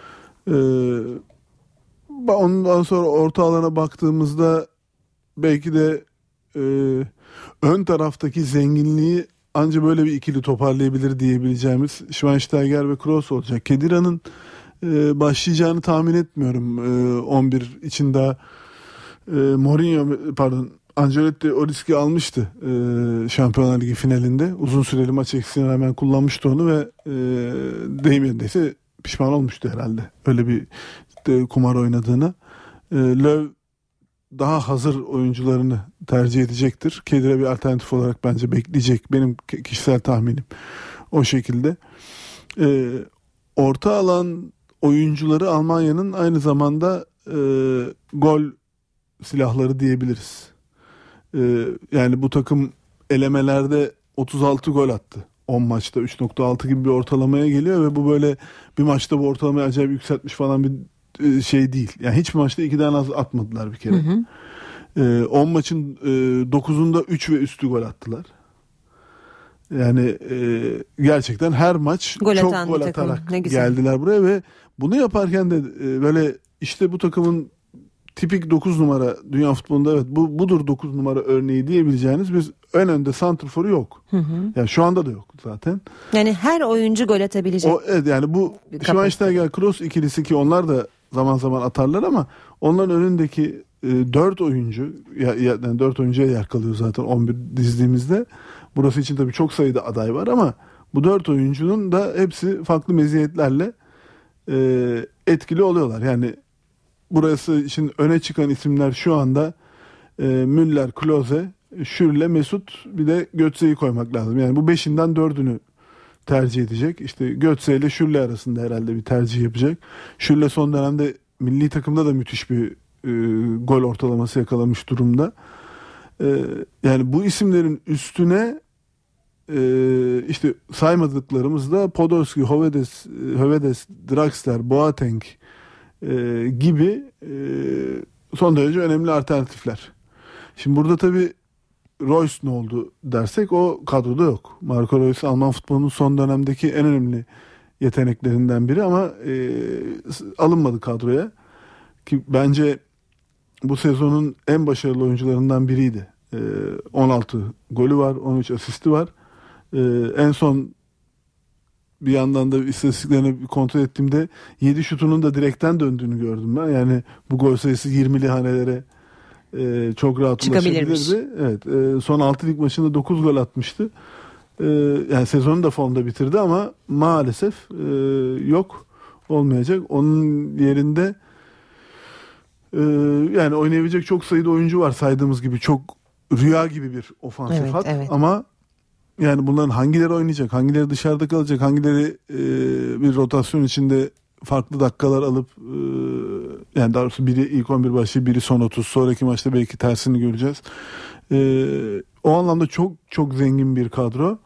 Ondan sonra orta alana baktığımızda belki de ön taraftaki zenginliği ancak böyle bir ikili toparlayabilir diyebileceğimiz Schweinsteiger ve Kroos olacak. Kedira'nın başlayacağını tahmin etmiyorum. 11 için daha Ancelotti o riski almıştı Şampiyonlar Ligi finalinde. Uzun süreli maç eksiğine rağmen kullanmıştı onu ve deyim yerindeyse pişman olmuştu herhalde öyle bir kumar oynadığını. Löw daha hazır oyuncularını tercih edecektir. Kedir'e bir alternatif olarak bence bekleyecek. Benim kişisel tahminim o şekilde. Orta alan oyuncuları Almanya'nın aynı zamanda gol silahları diyebiliriz. Yani bu takım elemelerde 36 gol attı. 10 maçta 3.6 gibi bir ortalamaya geliyor ve bu böyle bir maçta bu ortalamayı acayip yükseltmiş falan bir şey değil. Yani hiçbir maçta 2'den az atmadılar bir kere. 10 maçın 9'unda 3 ve üstü gol attılar. Yani gerçekten her maç çok gol atarak geldiler buraya ve bunu yaparken de böyle işte bu takımın tipik 9 numara dünya futbolunda evet budur 9 numara örneği diyebileceğiniz bir ön önde santrforu yok. Yani şu anda da yok zaten. Yani her oyuncu gol atabilecek. Evet yani bu Schweinsteiger Kroos ikilisi ki onlar da zaman zaman atarlar ama onların önündeki 4 oyuncu yani 4 oyuncuya yer kalıyor zaten 11 dizdiğimizde. Burası için tabii çok sayıda aday var ama bu 4 oyuncunun da hepsi farklı meziyetlerle etkili oluyorlar. Yani burası için öne çıkan isimler şu anda Müller, Klose, Schürrle, Mesut bir de Götze'yi koymak lazım. Yani bu 5'inden 4'ünü tercih edecek. İşte Götze ile Schürrle arasında herhalde bir tercih yapacak. Schürrle son dönemde milli takımda da müthiş bir gol ortalaması yakalamış durumda. Yani bu isimlerin üstüne işte saymadıklarımızda Podolski, Hövedes, Draxler, Boateng gibi son derece önemli alternatifler. Şimdi burada tabii Reus ne oldu dersek o kadroda yok. Marco Reus Alman futbolunun son dönemdeki en önemli yeteneklerinden biri ama alınmadı kadroya. Ki bence bu sezonun en başarılı oyuncularından biriydi. 16 golü var, 13 asisti var. En son bir yandan da istatistiklerini kontrol ettiğimde 7 şutunun da direkten döndüğünü gördüm ben. Yani bu gol sayısı 20'li hanelere çok rahat ulaşabilirdi. Evet, son 6 lig maçında 9 gol atmıştı. Yani sezonu da formda bitirdi ama maalesef yok, olmayacak. Onun yerinde yani oynayabilecek çok sayıda oyuncu var saydığımız gibi. Çok rüya gibi bir ofansif hat ama yani bunların hangileri oynayacak, hangileri dışarıda kalacak, hangileri bir rotasyon içinde farklı dakikalar alıp yani daha doğrusu biri ilk 11 başlayıp biri son 30, sonraki maçta belki tersini göreceğiz. O anlamda çok çok zengin bir kadro.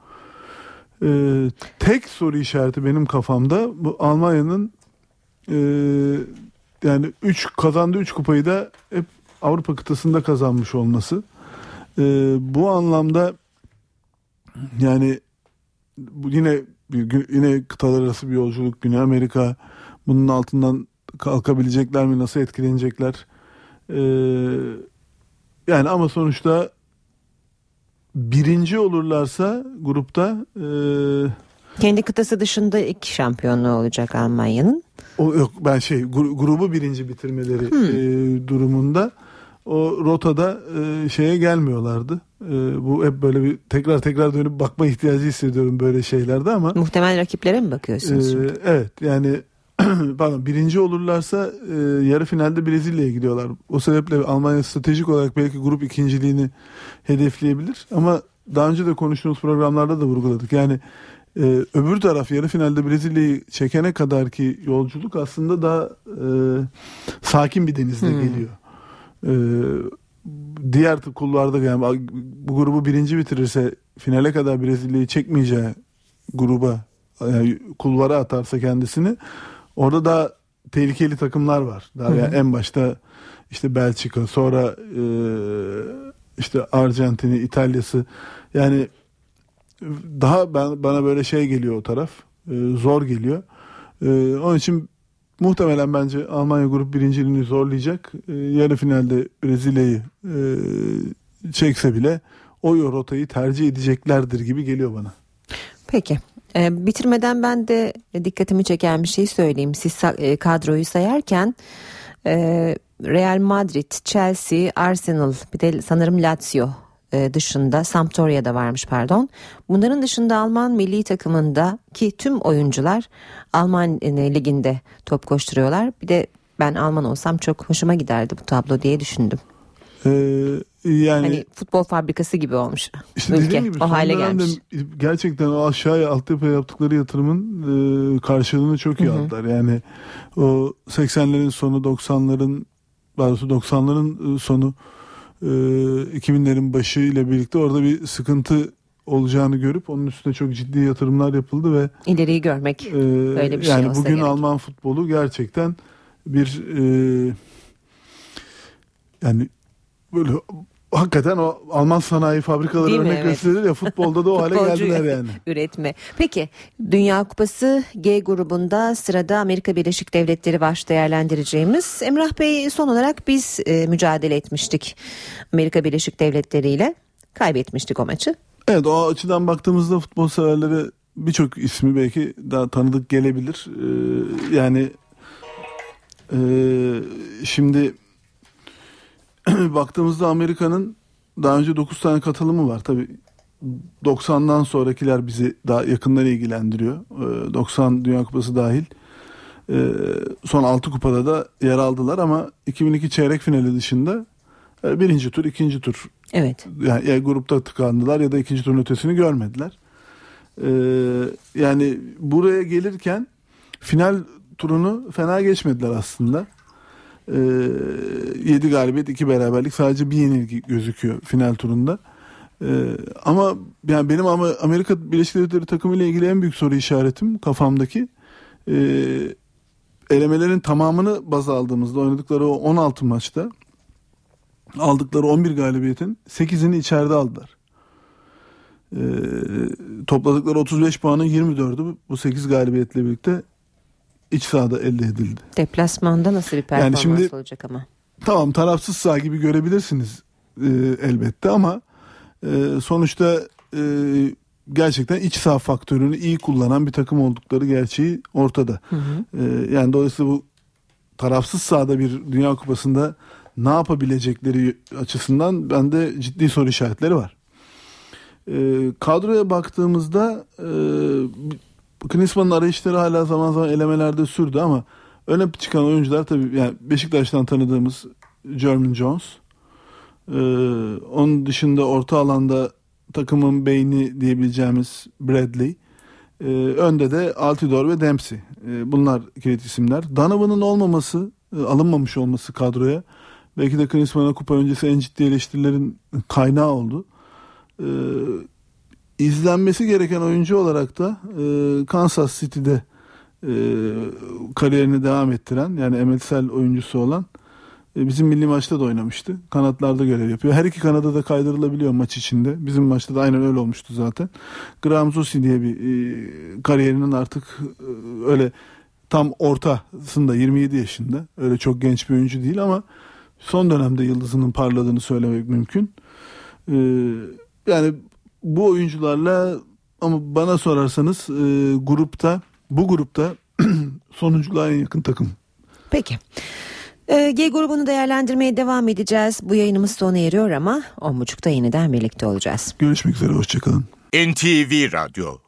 Tek soru işareti benim kafamda bu Almanya'nın yani kazandığı 3 kupayı da hep Avrupa kıtasında kazanmış olması. Bu anlamda yani yine kıtalar arası bir yolculuk, Güney Amerika, bunun altından kalkabilecekler mi, nasıl etkilenecekler? Yani ama sonuçta birinci olurlarsa grupta kendi kıtası dışında 2 şampiyonluğu olacak Almanya'nın. Yok ben grubu birinci bitirmeleri durumunda o rotada şeye gelmiyorlardı. Bu hep böyle bir tekrar dönüp bakma ihtiyacı hissediyorum böyle şeylerde ama. Muhtemel rakiplere mi bakıyorsunuz? Evet yani pardon, birinci olurlarsa yarı finalde Brezilya'ya gidiyorlar. O sebeple Almanya stratejik olarak belki grup ikinciliğini hedefleyebilir. Ama daha önce de konuştuğumuz programlarda da vurguladık. Yani öbür taraf yarı finalde Brezilya'yı çekene kadar ki yolculuk aslında daha sakin bir denizde geliyor. Diğer kulvarda yani bu grubu birinci bitirirse finale kadar Brezilya'yı çekmeyeceği gruba yani kulvara atarsa kendisini orada da tehlikeli takımlar var. Daha yani en başta işte Belçika, sonra işte Arjantin'i, İtalya'sı yani daha bana böyle şey geliyor o taraf. Zor geliyor. Onun için muhtemelen bence Almanya grup birinciliğini zorlayacak. Yarı finalde Brezilya'yı çekse bile o rotayı tercih edeceklerdir gibi geliyor bana. Peki. Bitirmeden ben de dikkatimi çeken bir şey söyleyeyim. Siz kadroyu sayarken Real Madrid, Chelsea, Arsenal bir de sanırım Lazio dışında Sampdoria'da varmış pardon. Bunların dışında Alman milli takımındaki tüm oyuncular Alman liginde top koşturuyorlar. Bir de ben Alman olsam çok hoşuma giderdi bu tablo diye düşündüm. Yani hani futbol fabrikası gibi olmuş işte ülke gibi, o hale gelmiş. Gerçekten o aşağıya altyapıya yaptıkları yatırımın karşılığını çok iyi aldılar. Yani o 80'lerin sonu 90'ların sonu 2000'lerin başı ile birlikte orada bir sıkıntı olacağını görüp onun üstüne çok ciddi yatırımlar yapıldı ve ileriyi görmek böyle bir şey yani olsa bugün gerek. Alman futbolu gerçekten bir yani böyle hakikaten o Alman sanayi fabrikaları Değil mi? örnek gösterilir ya, futbolda da o hale geldiler yani. Üretme. Peki Dünya Kupası G grubunda sırada Amerika Birleşik Devletleri var değerlendireceğimiz. Emrah Bey, son olarak biz mücadele etmiştik Amerika Birleşik Devletleri ile, kaybetmiştik o maçı. Evet, o açıdan baktığımızda futbol severlere birçok ismi belki daha tanıdık gelebilir. Yani şimdi baktığımızda Amerika'nın daha önce 9 tane katılımı var. Tabii 90'dan sonrakiler bizi daha yakından ilgilendiriyor. 90 Dünya Kupası dahil. Son 6 kupada da yer aldılar ama 2002 çeyrek finali dışında birinci tur, ikinci tur. Evet. Yani ya grupta tıkandılar ya da ikinci turun ötesini görmediler. Yani buraya gelirken final turunu fena geçmediler aslında. 7 galibiyet 2 beraberlik, sadece bir yenilgi gözüküyor final turunda. Ama yani benim Amerika Birleşik Devletleri takımıyla ilgili en büyük soru işaretim kafamdaki, elemelerin tamamını baz aldığımızda oynadıkları o 16 maçta aldıkları 11 galibiyetin 8'ini içeride aldılar. Topladıkları 35 puanın 24'ü bu 8 galibiyetle birlikte iç sahada elde edildi. Deplasmanda nasıl bir performans yani şimdi, olacak ama? Tamam, tarafsız saha gibi görebilirsiniz elbette ama sonuçta gerçekten iç saha faktörünü iyi kullanan bir takım oldukları gerçeği ortada. Hı hı. Yani dolayısıyla bu tarafsız sahada bir Dünya Kupası'nda ne yapabilecekleri açısından bende ciddi soru işaretleri var. Kadroya baktığımızda Klinsmann'ın arayışları hala zaman zaman elemelerde sürdü ama öne çıkan oyuncular tabii yani Beşiktaş'tan tanıdığımız Jermaine Jones. Onun dışında orta alanda takımın beyni diyebileceğimiz Bradley. Önde de Altidore ve Dempsey. Bunlar kilit isimler. Donovan'ın alınmamış olması kadroya belki de Klinsmann'a kupa öncesi en ciddi eleştirilerin kaynağı oldu. İzlenmesi gereken oyuncu olarak da Kansas City'de kariyerini devam ettiren, yani MLS'el oyuncusu olan, bizim milli maçta da oynamıştı. Kanatlarda görev yapıyor. Her iki kanada da kaydırılabiliyor maç içinde. Bizim maçta da aynen öyle olmuştu zaten. Graham Zusi diye bir kariyerinin artık öyle tam ortasında, 27 yaşında. Öyle çok genç bir oyuncu değil ama son dönemde yıldızının parladığını söylemek mümkün. Yani bu oyuncularla, ama bana sorarsanız bu grupta sonunculuğa en yakın takım. Peki. G grubunu değerlendirmeye devam edeceğiz. Bu yayınımız sona eriyor ama 10.30'da yeniden birlikte olacağız. Görüşmek üzere, hoşçakalın. NTV Radyo